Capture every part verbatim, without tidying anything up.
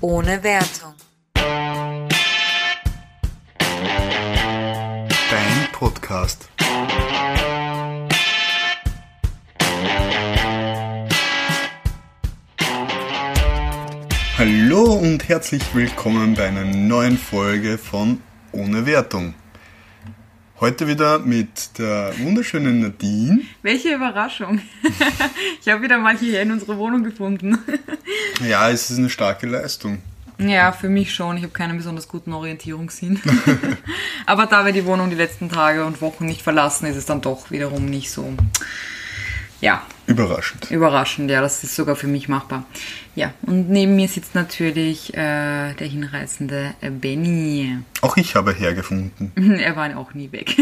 Ohne Wertung. Dein Podcast. Hallo und herzlich willkommen bei einer neuen Folge von Ohne Wertung. Heute wieder mit der wunderschönen Nadine. Welche Überraschung. Ich habe wieder mal hierher in unsere Wohnung gefunden. Ja, es ist eine starke Leistung. Ja, für mich schon. Ich habe keinen besonders guten Orientierungssinn. Aber da wir die Wohnung die letzten Tage und Wochen nicht verlassen, ist es dann doch wiederum nicht so, ja. Überraschend. Überraschend, ja, das ist sogar für mich machbar. Ja, und neben mir sitzt natürlich äh, der hinreißende äh, Benny. Auch ich habe hergefunden. Er war auch nie weg.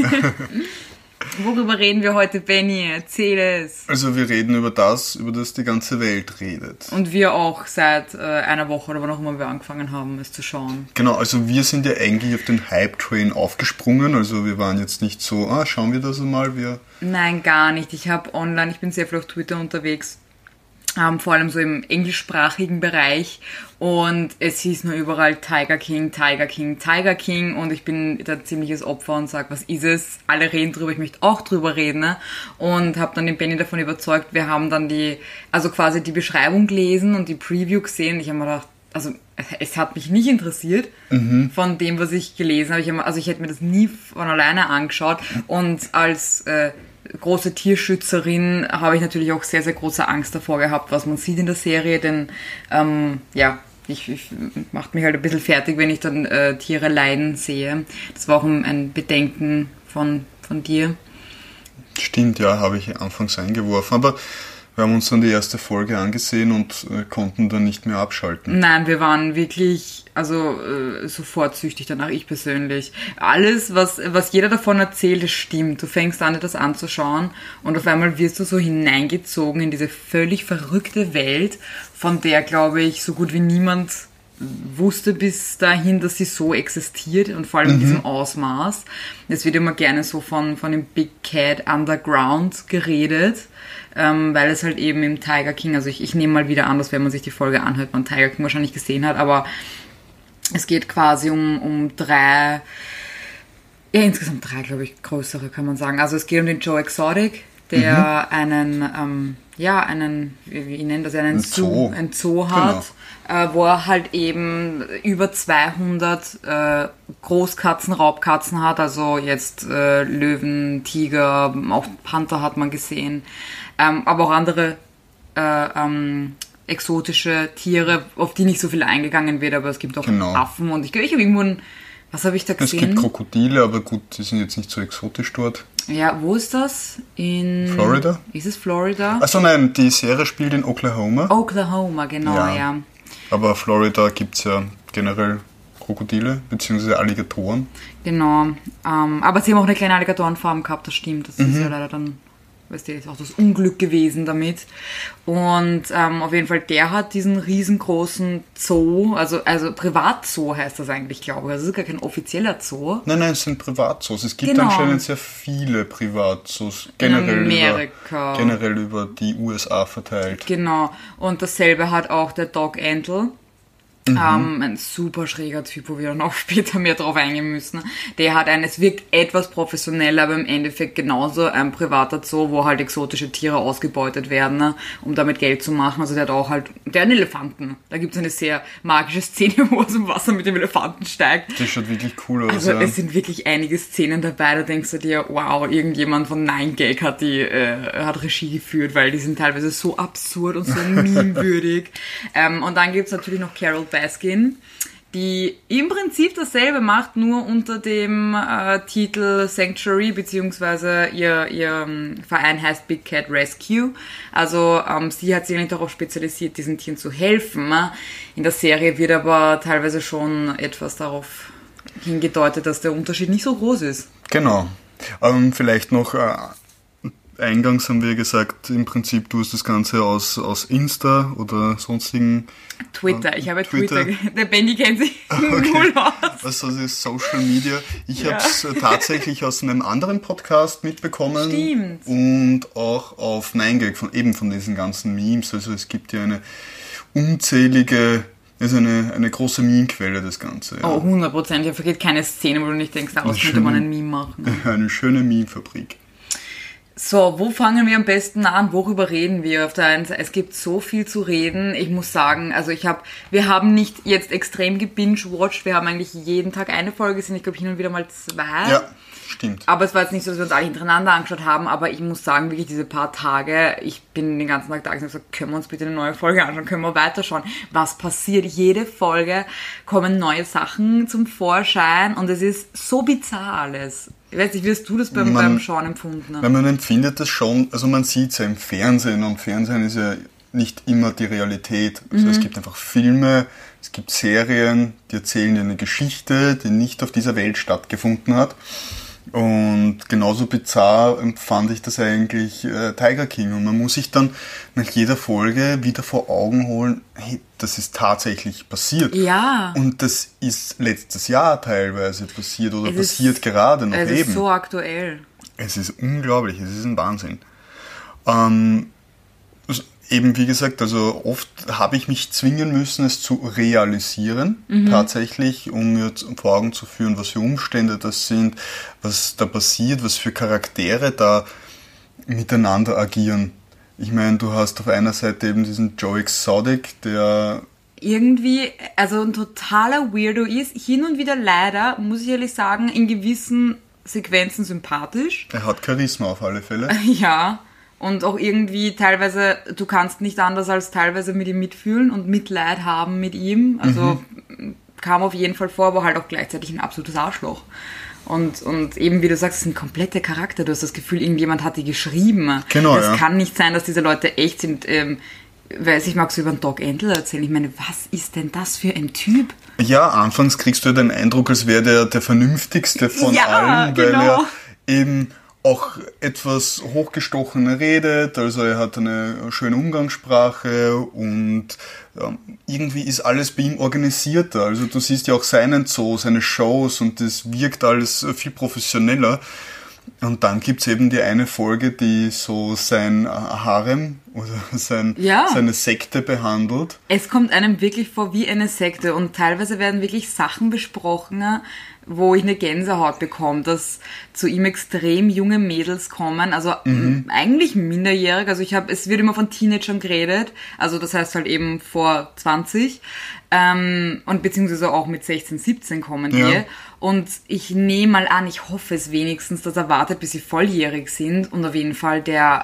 Worüber reden wir heute, Benny? Erzähl es. Also wir reden über das, über das die ganze Welt redet. Und wir auch seit äh, einer Woche oder wann auch immer wir angefangen haben, es zu schauen. Genau, also wir sind ja eigentlich auf den Hype-Train aufgesprungen. Also wir waren jetzt nicht so, ah, schauen wir das einmal, wir... Nein, gar nicht. Ich habe online, ich bin sehr viel auf Twitter unterwegs, ähm, vor allem so im englischsprachigen Bereich, und es hieß nur überall Tiger King, Tiger King, Tiger King, und ich bin da ziemliches Opfer und sage, was ist es? Alle reden drüber, ich möchte auch drüber reden, ne? Und habe dann den Benny davon überzeugt. Wir haben dann die, also quasi die Beschreibung gelesen und die Preview gesehen. Ich habe mir gedacht, also es hat mich nicht interessiert, mhm. von dem, was ich gelesen habe. Ich hab, also ich hätte mir das nie von alleine angeschaut, und als äh, große Tierschützerin habe ich natürlich auch sehr, sehr große Angst davor gehabt, was man sieht in der Serie, denn ähm, ja, ich, ich macht mich halt ein bisschen fertig, wenn ich dann äh, Tiere leiden sehe. Das war auch ein, ein Bedenken von, von dir. Stimmt, ja, habe ich anfangs eingeworfen, aber wir haben uns dann die erste Folge angesehen und äh, konnten dann nicht mehr abschalten. Nein, wir waren wirklich, also äh, sofort süchtig danach, ich persönlich. Alles, was, was jeder davon erzählt, das stimmt. Du fängst an, dir das anzuschauen, und auf einmal wirst du so hineingezogen in diese völlig verrückte Welt, von der, glaube ich, so gut wie niemand wusste bis dahin, dass sie so existiert, und vor allem mhm. in diesem Ausmaß. Es wird immer gerne so von, von dem Big Cat Underground geredet, ähm, weil es halt eben im Tiger King, also ich, ich nehme mal wieder an, dass wenn man sich die Folge anhört, man Tiger King wahrscheinlich gesehen hat, aber es geht quasi um, um drei, ja insgesamt drei, glaube ich, größere kann man sagen. Also es geht um den Joe Exotic, der mhm. einen, ähm, ja, einen, wie, wie nennen das, einen ein Zoo, Zoo. ein Zoo hat, genau. äh, wo er halt eben über zweihundert äh, Großkatzen, Raubkatzen hat, also jetzt äh, Löwen, Tiger, auch Panther hat man gesehen, ähm, aber auch andere äh, ähm, exotische Tiere, auf die nicht so viel eingegangen wird, aber es gibt auch genau. Affen, und ich glaube, ich habe irgendwo ein, was habe ich da gesehen? Es gibt Krokodile, aber gut, die sind jetzt nicht so exotisch dort. Ja, wo ist das? In Florida? Ist es Florida? Achso, nein, die Serie spielt in Oklahoma. Oklahoma, genau, ja. ja. Aber Florida gibt es ja generell Krokodile, beziehungsweise Alligatoren. Genau, ähm, aber sie haben auch eine kleine Alligatorenfarm gehabt, das stimmt. Das mhm. ist ja leider dann, weißt du, ist auch das Unglück gewesen damit. Und ähm, auf jeden Fall, der hat diesen riesengroßen Zoo, also, also Privatzoo heißt das eigentlich, glaube ich. Also es ist gar kein offizieller Zoo. Nein, nein, es sind Privatzoos. Es gibt genau. anscheinend sehr viele Privatzoos, generell, in Amerika. Über, generell über die U S A verteilt. Genau, und dasselbe hat auch der Doc Antle. Mhm. Ähm, ein super schräger Typ, wo wir dann auch später mehr drauf eingehen müssen. Der hat ein, es wirkt etwas professioneller, aber im Endeffekt genauso ein privater Zoo, wo halt exotische Tiere ausgebeutet werden, ne, um damit Geld zu machen. Also der hat auch halt, der hat einen Elefanten. Da gibt es eine sehr magische Szene, wo er aus dem Wasser mit dem Elefanten steigt. Das schaut wirklich cool aus. Also ja. es sind wirklich einige Szenen dabei, da denkst du dir, wow, irgendjemand von Nine Gag hat die, äh, hat Regie geführt, weil die sind teilweise so absurd und so meme-würdig. ähm, und dann gibt's natürlich noch Carol Baskin, die im Prinzip dasselbe macht, nur unter dem äh, Titel Sanctuary, beziehungsweise ihr, ihr ähm, Verein heißt Big Cat Rescue. Also ähm, sie hat sich eigentlich darauf spezialisiert, diesen Tieren zu helfen. In der Serie wird aber teilweise schon etwas darauf hingedeutet, dass der Unterschied nicht so groß ist. Genau. Ähm, vielleicht noch... Äh Eingangs haben wir gesagt, im Prinzip du hast das Ganze aus, aus Insta oder sonstigen... Twitter, ich habe Twitter. Twitter. Der Benny kennt sich okay. null aus. Was das ist Social Media. Ich Ja. habe es tatsächlich aus einem anderen Podcast mitbekommen. Stimmt. Und auch auf nine gag, von, eben von diesen ganzen Memes. Also es gibt ja eine unzählige ist eine, eine große Meme-Quelle, das Ganze. Ja. Oh, hundert Prozent. Ich vergeht keine Szene, wo du nicht denkst, daraus könnte man ein Meme machen. Eine schöne Meme-Fabrik. So, wo fangen wir am besten an? Worüber reden wir? Auf der einen Seite, es gibt so viel zu reden. Ich muss sagen, also ich habe, wir haben nicht jetzt extrem gebinge-watched. Wir haben eigentlich jeden Tag eine Folge gesehen. Ich glaube, hin und wieder mal zwei. Ja, stimmt. Aber es war jetzt nicht so, dass wir uns alle hintereinander angeschaut haben. Aber ich muss sagen, wirklich diese paar Tage, ich bin den ganzen Tag da und habe gesagt, können wir uns bitte eine neue Folge anschauen? Können wir weiterschauen? Was passiert? Jede Folge kommen neue Sachen zum Vorschein und es ist so bizarr alles. Ich weiß nicht, wie hast du das beim, man, beim Schauen empfunden? Weil man empfindet das schon, also man sieht es ja im Fernsehen und Fernsehen ist ja nicht immer die Realität. Also mhm. es gibt einfach Filme, es gibt Serien, die erzählen dir eine Geschichte, die nicht auf dieser Welt stattgefunden hat. Und genauso bizarr empfand ich das eigentlich äh, Tiger King. Und man muss sich dann nach jeder Folge wieder vor Augen holen, hey, das ist tatsächlich passiert. Ja. Und das ist letztes Jahr teilweise passiert oder es passiert ist, gerade noch es eben. Es ist so aktuell. Es ist unglaublich, es ist ein Wahnsinn. Ähm, Eben wie gesagt, also oft habe ich mich zwingen müssen, es zu realisieren, mhm. tatsächlich, um mir vor Augen zu führen, was für Umstände das sind, was da passiert, was für Charaktere da miteinander agieren. Ich meine, du hast auf einer Seite eben diesen Joe Exotic, der irgendwie, also ein totaler Weirdo ist, hin und wieder leider, muss ich ehrlich sagen, in gewissen Sequenzen sympathisch. Er hat Charisma auf alle Fälle. Ja. Und auch irgendwie teilweise, du kannst nicht anders als teilweise mit ihm mitfühlen und Mitleid haben mit ihm. Also mhm. kam auf jeden Fall vor, aber halt auch gleichzeitig ein absolutes Arschloch. Und, und eben, wie du sagst, es ist ein kompletter Charakter. Du hast das Gefühl, irgendjemand hat die geschrieben. Genau, Es ja. kann nicht sein, dass diese Leute echt sind. Ähm, weiß ich, magst du über den Doc Endel erzählen? Ich meine, was ist denn das für ein Typ? Ja, anfangs kriegst du den Eindruck, als wäre der der vernünftigste von ja, allen, weil genau. er eben auch etwas hochgestochener redet, also er hat eine schöne Umgangssprache und ja, irgendwie ist alles bei ihm organisierter. Also du siehst ja auch seinen Zoo, seine Shows und das wirkt alles viel professioneller. Und dann gibt's eben die eine Folge, die so sein Harem oder sein, ja. seine Sekte behandelt. Es kommt einem wirklich vor wie eine Sekte und teilweise werden wirklich Sachen besprochen, wo ich eine Gänsehaut bekomme, dass zu ihm extrem junge Mädels kommen, also mhm. eigentlich minderjährig, also ich habe, es wird immer von Teenagern geredet, also das heißt halt eben vor zwanzig ähm, und beziehungsweise auch mit sechzehn, siebzehn kommen die ja. und ich nehme mal an, ich hoffe es wenigstens, dass er wartet, bis sie volljährig sind und auf jeden Fall der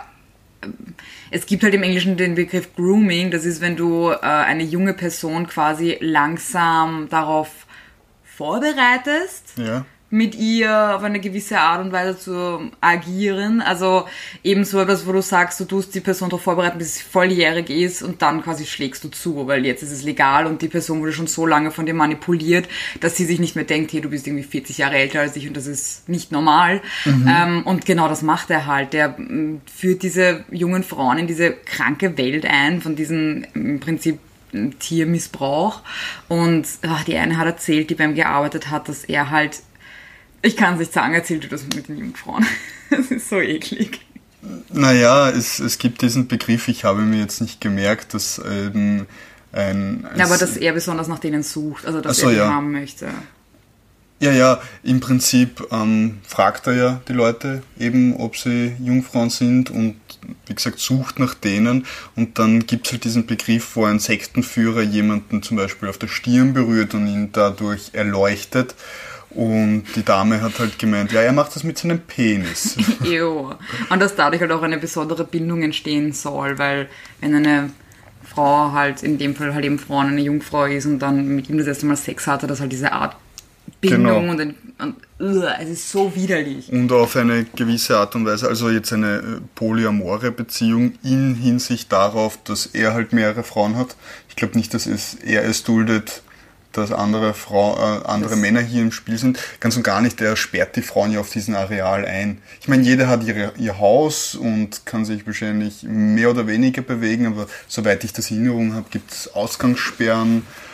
es gibt halt im Englischen den Begriff Grooming, das ist, wenn du äh, eine junge Person quasi langsam darauf vorbereitest, ja. mit ihr auf eine gewisse Art und Weise zu agieren. Also eben so etwas, wo du sagst, du tust die Person darauf vorbereiten, bis sie volljährig ist und dann quasi schlägst du zu, weil jetzt ist es legal und die Person wurde schon so lange von dir manipuliert, dass sie sich nicht mehr denkt, hey, du bist irgendwie vierzig Jahre älter als ich und das ist nicht normal. Mhm. Ähm, und genau das macht er halt. Der m, führt diese jungen Frauen in diese kranke Welt ein, von diesen im Prinzip Tiermissbrauch und ach, die eine hat erzählt, die bei ihm gearbeitet hat, dass er halt, ich kann es nicht sagen, erzählt du das mit den Jungfrauen. Das ist so eklig. Naja, es, es gibt diesen Begriff, ich habe mir jetzt nicht gemerkt, dass eben ein... ein ja, aber dass er besonders nach denen sucht, also dass so, er die ja. haben möchte. Ja, ja, im Prinzip ähm, fragt er ja die Leute eben, ob sie Jungfrauen sind und wie gesagt sucht nach denen und dann gibt es halt diesen Begriff, wo ein Sektenführer jemanden zum Beispiel auf der Stirn berührt und ihn dadurch erleuchtet und die Dame hat halt gemeint, ja, er macht das mit seinem Penis. Ew. Und dass dadurch halt auch eine besondere Bindung entstehen soll, weil wenn eine Frau halt, in dem Fall halt eben Frauen eine Jungfrau ist und dann mit ihm das erste Mal Sex hatte, dass halt diese Art Bindung genau. und, und uh, es ist so widerlich. Und auf eine gewisse Art und Weise, also jetzt eine polyamore Beziehung in Hinsicht darauf, dass er halt mehrere Frauen hat. Ich glaube nicht, dass es, er es duldet, dass andere, Frau, äh, andere das Männer hier im Spiel sind. Ganz und gar nicht, er sperrt die Frauen ja auf diesen Areal ein. Ich meine, jeder hat ihre, ihr Haus und kann sich wahrscheinlich mehr oder weniger bewegen, aber soweit ich das in Erinnerung habe, gibt es Ausgangssperren.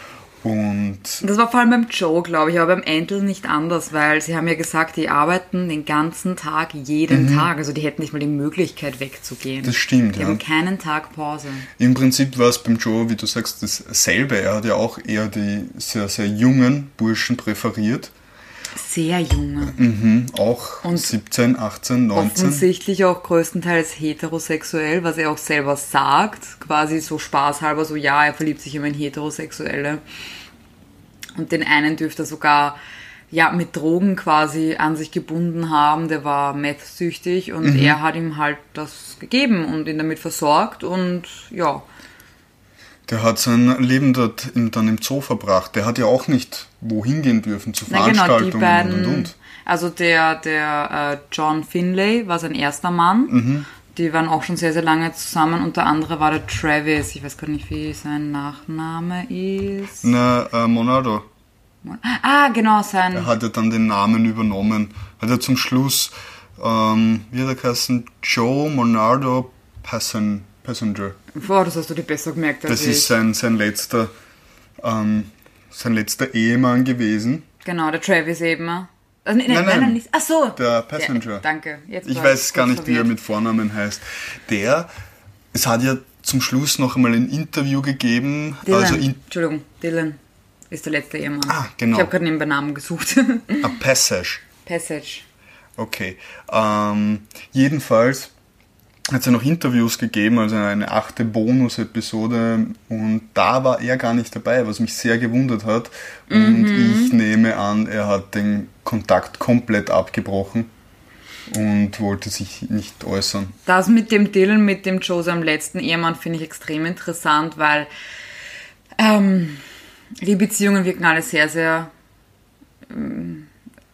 Und das war vor allem beim Joe, glaube ich, aber beim Andrew nicht anders, weil sie haben ja gesagt, die arbeiten den ganzen Tag, jeden mhm. Tag. Also die hätten nicht mal die Möglichkeit wegzugehen. Das stimmt, die ja. Die haben keinen Tag Pause. Im Prinzip war es beim Joe, wie du sagst, dasselbe. Er hat ja auch eher die sehr, sehr jungen Burschen präferiert. Sehr junge. Mhm, auch und siebzehn, achtzehn, neunzehn. Offensichtlich auch größtenteils heterosexuell, was er auch selber sagt. Quasi so spaßhalber, so ja, er verliebt sich immer in Heterosexuelle. Und den einen dürfte er sogar ja, mit Drogen quasi an sich gebunden haben. Der war meth-süchtig und mhm. er hat ihm halt das gegeben und ihn damit versorgt und ja. Der hat sein Leben dort im, dann im Zoo verbracht. Der hat ja auch nicht wohin gehen dürfen, zu Veranstaltungen. Na genau, die beiden, und, und, und. Also der, der äh, John Finlay war sein erster Mann. Mhm. Die waren auch schon sehr, sehr lange zusammen. Und der andere war der Travis. Ich weiß gar nicht, wie sein Nachname ist. Na, äh, Monado. Ah, genau, sein... Er hat ja dann den Namen übernommen. Hat er zum Schluss, ähm, wie hat er geheißen? Joe Monardo Passon, Passenger. Boah, das hast du dir besser gemerkt als Das ich. ist sein, sein letzter ähm, sein letzter Ehemann gewesen. Genau, der Travis eben. Also, nein, nein, nein, nein, nicht. Ach so. Der Passenger. Ja, danke. Jetzt ich weiß gar nicht, verwirrt. Wie er mit Vornamen heißt. Der, es hat ja zum Schluss noch einmal ein Interview gegeben. Dylan, also in, Entschuldigung, Dylan ist der letzte Ehemann. Ah, genau. Ich habe gerade nebenbei Namen gesucht. A Passage. Passage. Okay. Ähm, jedenfalls hat es ja noch Interviews gegeben, also eine achte Bonus-Episode und da war er gar nicht dabei, was mich sehr gewundert hat. Und mhm. ich nehme an, er hat den Kontakt komplett abgebrochen und wollte sich nicht äußern. Das mit dem Dylan, mit dem Joe, seinem letzten Ehemann, finde ich extrem interessant, weil ähm, die Beziehungen wirken alle sehr, sehr ähm,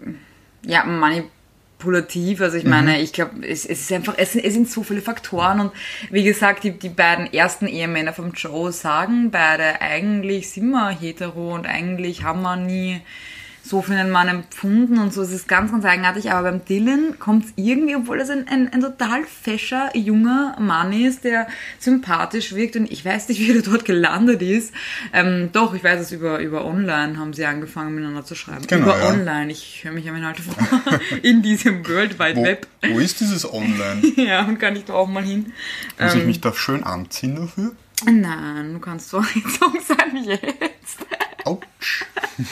ja, manipulativ. Manipulativ, also ich meine, mhm. ich glaube, es, es ist einfach, es, es sind so viele Faktoren und wie gesagt, die, die beiden ersten Ehemänner vom Joe sagen beide, eigentlich sind wir hetero und eigentlich haben wir nie so für einen Mann empfunden und so, es ist ganz, ganz eigenartig, aber beim Dylan kommt es irgendwie, obwohl das ein, ein, ein total fescher, junger Mann ist, der sympathisch wirkt und ich weiß nicht, wie er dort gelandet ist. Ähm, doch, ich weiß es, über, über online haben sie angefangen miteinander zu schreiben. Genau, über ja. Online, ich höre mich ja halt vor, in diesem World Wide wo, Web. Wo ist dieses Online? Ja, und kann ich da auch mal hin. Muss ähm, ich mich da schön anziehen dafür? Nein, du kannst so eingezogen sein wie jetzt. Autsch.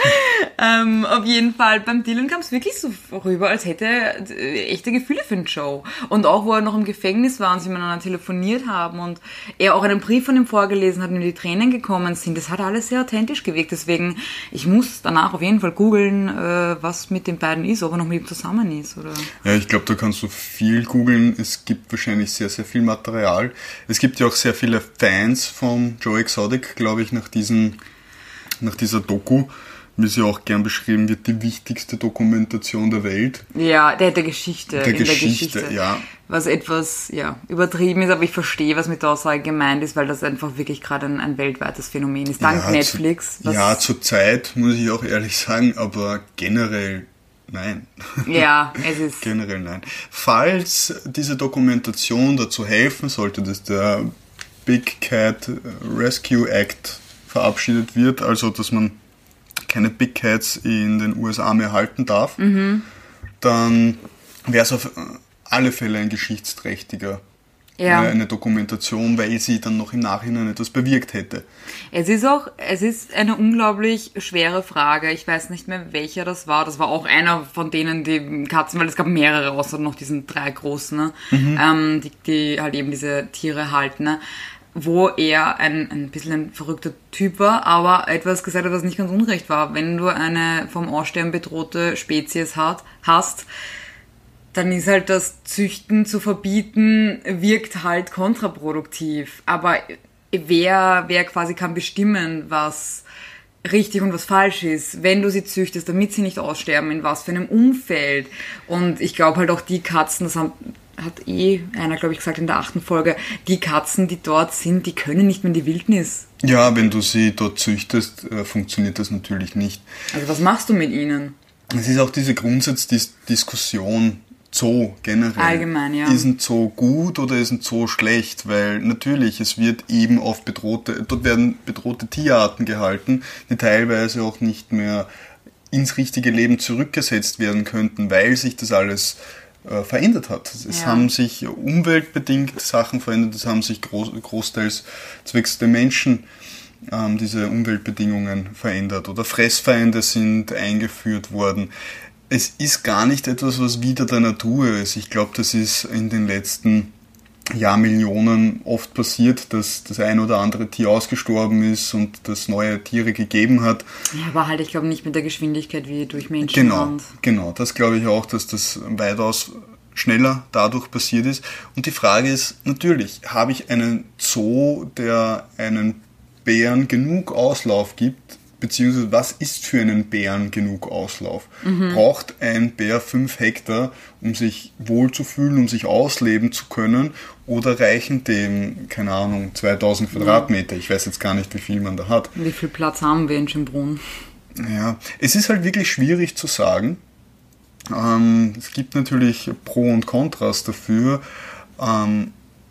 ähm, auf jeden Fall, beim Dylan kam es wirklich so rüber, als hätte er echte Gefühle für den Joe. Und auch, wo er noch im Gefängnis war und sie miteinander telefoniert haben und er auch einen Brief von ihm vorgelesen hat und die Tränen gekommen sind, das hat alles sehr authentisch gewirkt. Deswegen, ich muss danach auf jeden Fall googeln, äh, was mit den beiden ist, ob er noch mit ihm zusammen ist. Oder? Ja, ich glaube, da kannst du viel googeln. Es gibt wahrscheinlich sehr, sehr viel Material. Es gibt ja auch sehr viele Fans von Joe Exotic, glaube ich, nach diesen nach dieser Doku, wie sie auch gern beschrieben wird, die wichtigste Dokumentation der Welt. Ja, der, der Geschichte. Der in Geschichte, der Geschichte, ja. Was etwas ja, übertrieben ist, aber ich verstehe, was mit der Aussage gemeint ist, weil das einfach wirklich gerade ein, ein weltweites Phänomen ist. Dank ja, Netflix. Zu, ja, zur Zeit, muss ich auch ehrlich sagen, aber generell nein. Ja, es ist... generell nein. Falls diese Dokumentation dazu helfen sollte, dass der Big Cat Rescue Act verabschiedet wird, also dass man keine Big Cats in den U S A mehr halten darf, mhm. dann wäre es auf alle Fälle ein geschichtsträchtiger, ja. eine Dokumentation, weil sie dann noch im Nachhinein etwas bewirkt hätte. Es ist auch, es ist eine unglaublich schwere Frage. Ich weiß nicht mehr, welcher das war. Das war auch einer von denen, die Katzen, weil es gab mehrere, außer noch diesen drei großen, ne? mhm. ähm, die, die halt eben diese Tiere halten, ne? Wo er ein, ein bisschen ein verrückter Typ war, aber etwas gesagt hat, was nicht ganz unrecht war. Wenn du eine vom Aussterben bedrohte Spezies hat, hast, dann ist halt das Züchten zu verbieten, wirkt halt kontraproduktiv. Aber wer, wer quasi kann bestimmen, was richtig und was falsch ist, wenn du sie züchtest, damit sie nicht aussterben, in was für einem Umfeld. Und ich glaube halt auch die Katzen, das haben... hat eh einer, glaube ich, gesagt in der achten Folge, die Katzen, die dort sind, die können nicht mehr in die Wildnis. Ja, wenn du sie dort züchtest, äh, funktioniert das natürlich nicht. Also was machst du mit ihnen? Es ist auch diese Grundsatzdiskussion Zoo generell. Allgemein, ja. Ist ein Zoo gut oder ist ein Zoo schlecht? Weil natürlich, es wird eben auf bedrohte, dort werden bedrohte Tierarten gehalten, die teilweise auch nicht mehr ins richtige Leben zurückgesetzt werden könnten, weil sich das alles äh, verändert hat. Es ja. haben sich umweltbedingt Sachen verändert, es haben sich groß, großteils zwecks der Menschen ähm, diese Umweltbedingungen verändert oder Fressfeinde sind eingeführt worden. Es ist gar nicht etwas, was wieder der Natur ist. Ich glaube, das ist in den letzten Jahrmillionen oft passiert, dass das ein oder andere Tier ausgestorben ist und das neue Tiere gegeben hat. Ja, aber halt, ich glaube, nicht mit der Geschwindigkeit wie durch Menschen. Genau, genau. Das glaube ich auch, dass das weitaus schneller dadurch passiert ist. Und die Frage ist natürlich, habe ich einen Zoo, der einen Bären genug Auslauf gibt, beziehungsweise was ist für einen Bären genug Auslauf? Mhm. Braucht ein Bär fünf Hektar, um sich wohlzufühlen, um sich ausleben zu können? Oder reichen dem, keine Ahnung, zweitausend Quadratmeter? Ich weiß jetzt gar nicht, wie viel man da hat. Wie viel Platz haben wir in Schönbrunn? Ja, es ist halt wirklich schwierig zu sagen. Ähm, es gibt natürlich Pro und Kontras dafür. Ähm,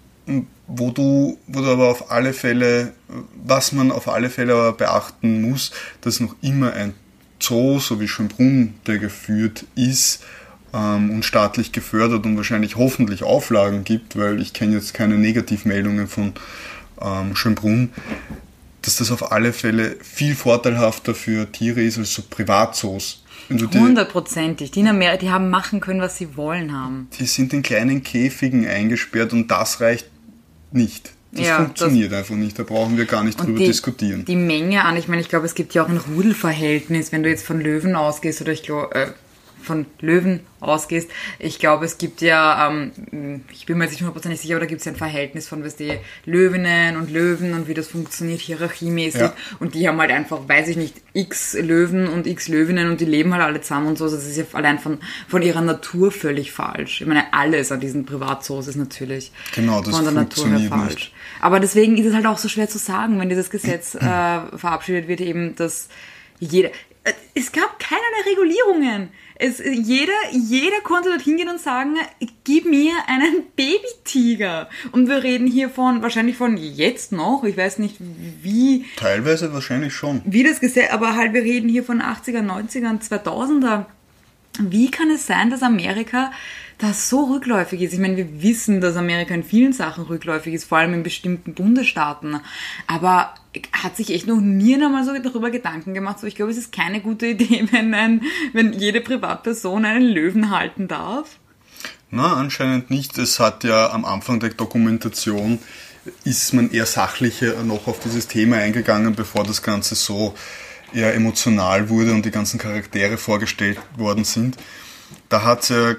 Wo du, wo du aber auf alle Fälle, was man auf alle Fälle aber beachten muss, dass noch immer ein Zoo, so wie Schönbrunn, der geführt ist ähm, und staatlich gefördert und wahrscheinlich hoffentlich Auflagen gibt, weil ich kenne jetzt keine Negativmeldungen von ähm, Schönbrunn, dass das auf alle Fälle viel vorteilhafter für Tiere ist als so Privatzoos. Hundertprozentig. Die, die haben machen können, was sie wollen haben. Die sind in kleinen Käfigen eingesperrt und das reicht nicht. Das ja, funktioniert das, einfach nicht, da brauchen wir gar nicht drüber die, diskutieren. Die Menge an, ich meine, ich glaube, es gibt ja auch ein Rudelverhältnis, wenn du jetzt von Löwen ausgehst oder ich glaube, äh, von Löwen ausgehst. Ich glaube, es gibt ja, ähm, ich bin mir jetzt nicht hundertprozentig sicher, aber da gibt es ja ein Verhältnis von, weißt du, Löwinnen und Löwen und wie das funktioniert, hierarchiemäßig. Ja. Und die haben halt einfach, weiß ich nicht, x Löwen und x Löwinnen und die leben halt alle zusammen und so. Also das ist ja allein von, von ihrer Natur völlig falsch. Ich meine, alles an diesen Privatzoos ist natürlich genau, das von der Natur her falsch. Nicht. Aber deswegen ist es halt auch so schwer zu sagen, wenn dieses Gesetz äh, verabschiedet wird, eben, dass jeder... Es gab keinerlei Regulierungen. Es, jeder, jeder konnte dorthin gehen und sagen, gib mir einen Babytiger. Und wir reden hier von, wahrscheinlich von jetzt noch, ich weiß nicht wie... Teilweise wahrscheinlich schon. Wie das Gesetz, aber halt wir reden hier von achtziger, neunziger, zweitausender. Wie kann es sein, dass Amerika das so rückläufig ist? Ich meine, wir wissen, dass Amerika in vielen Sachen rückläufig ist, vor allem in bestimmten Bundesstaaten. Aber hat sich echt noch nie einmal so darüber Gedanken gemacht. So, ich glaube, es ist keine gute Idee, wenn, ein, wenn jede Privatperson einen Löwen halten darf. Na, anscheinend nicht. Es hat ja am Anfang der Dokumentation ist man eher sachlicher noch auf dieses Thema eingegangen, bevor das Ganze so eher emotional wurde und die ganzen Charaktere vorgestellt worden sind. Da hat es ja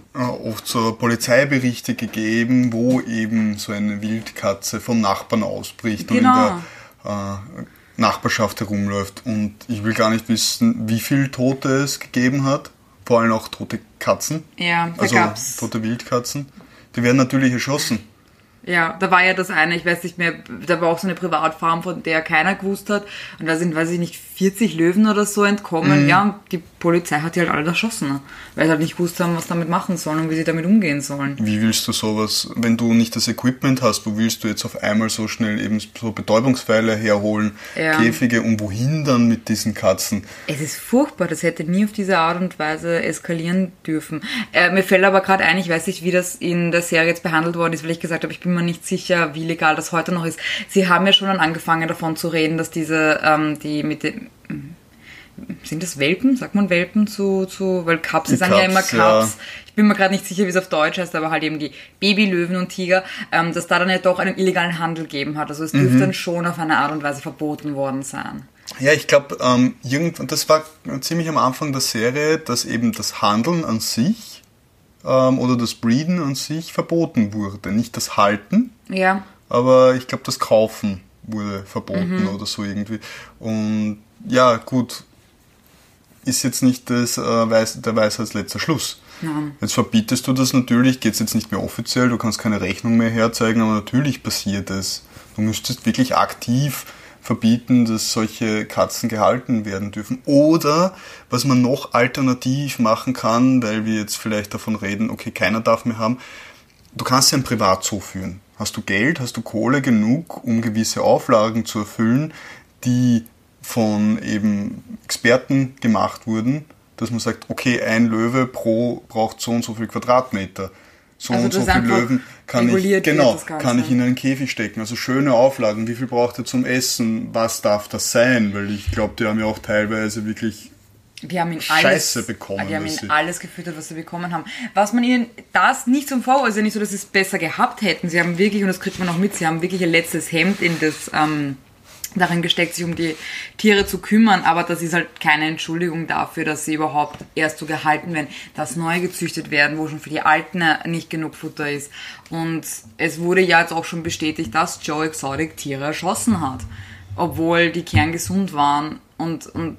oft so Polizeiberichte gegeben, wo eben so eine Wildkatze vom Nachbarn ausbricht genau. und in der äh, Nachbarschaft herumläuft. Und ich will gar nicht wissen, wie viele Tote es gegeben hat. Vor allem auch tote Katzen. Ja, da also gab's. Tote Wildkatzen. Die werden natürlich erschossen. Ja, da war ja das eine, ich weiß nicht mehr, da war auch so eine Privatfarm, von der keiner gewusst hat. Und da sind, weiß ich nicht, vierzig Löwen oder so entkommen. Mhm. Ja, und die Polizei hat die halt alle erschossen, weil sie halt nicht gewusst haben, was damit machen sollen und wie sie damit umgehen sollen. Wie willst du sowas, wenn du nicht das Equipment hast, wo willst du jetzt auf einmal so schnell eben so Betäubungspfeile herholen, ja. Käfige, und wohin dann mit diesen Katzen? Es ist furchtbar, das hätte nie auf diese Art und Weise eskalieren dürfen. Äh, mir fällt aber gerade ein, ich weiß nicht, wie das in der Serie jetzt behandelt worden ist, weil ich gesagt habe, ich bin mir nicht sicher, wie legal das heute noch ist. Sie haben ja schon dann angefangen davon zu reden, dass diese, ähm, die mit den, sind das Welpen? Sagt man Welpen zu, zu weil Cubs, sie sagen ja immer Cubs. Ja. Ich bin mir gerade nicht sicher, wie es auf Deutsch heißt, aber halt eben die Babylöwen und Tiger, ähm, dass da dann ja doch einen illegalen Handel gegeben hat. Also es dürfte mhm. dann schon auf eine Art und Weise verboten worden sein. Ja, ich glaube, ähm, irgendwann, das war ziemlich am Anfang der Serie, dass eben das Handeln an sich ähm, oder das Breeden an sich verboten wurde. Nicht das Halten, ja. aber ich glaube, das Kaufen wurde verboten mhm. oder so irgendwie. Und ja, gut, ist jetzt nicht das, äh, Weis- der Weisheit letzter Schluss. Nein. Jetzt verbietest du das natürlich, geht es jetzt nicht mehr offiziell, du kannst keine Rechnung mehr herzeigen, aber natürlich passiert es. Du müsstest wirklich aktiv verbieten, dass solche Katzen gehalten werden dürfen. Oder was man noch alternativ machen kann, weil wir jetzt vielleicht davon reden, okay, keiner darf mehr haben, du kannst ja ein Privatzoo führen. Hast du Geld, hast du Kohle genug, um gewisse Auflagen zu erfüllen, die von eben Experten gemacht wurden, dass man sagt, okay, ein Löwe pro braucht so und so viel Quadratmeter. So also und so viele Löwen kann ich, genau, kann ich in einen Käfig stecken. Also schöne Auflagen. Wie viel braucht er zum Essen? Was darf das sein? Weil ich glaube, die haben ja auch teilweise wirklich die haben ihn Scheiße alles, bekommen. Die haben ihn alles gefüttert, was sie bekommen haben. Was man ihnen, das nicht zum Vorwurf, ist ja nicht so, dass sie es besser gehabt hätten. Sie haben wirklich, und das kriegt man auch mit, sie haben wirklich ein letztes Hemd in das, ähm, darin gesteckt, sich um die Tiere zu kümmern, aber das ist halt keine Entschuldigung dafür, dass sie überhaupt erst so gehalten werden, dass neu gezüchtet werden, wo schon für die Alten nicht genug Futter ist. Und es wurde ja jetzt auch schon bestätigt, dass Joe Exotic Tiere erschossen hat, obwohl die kerngesund waren und, und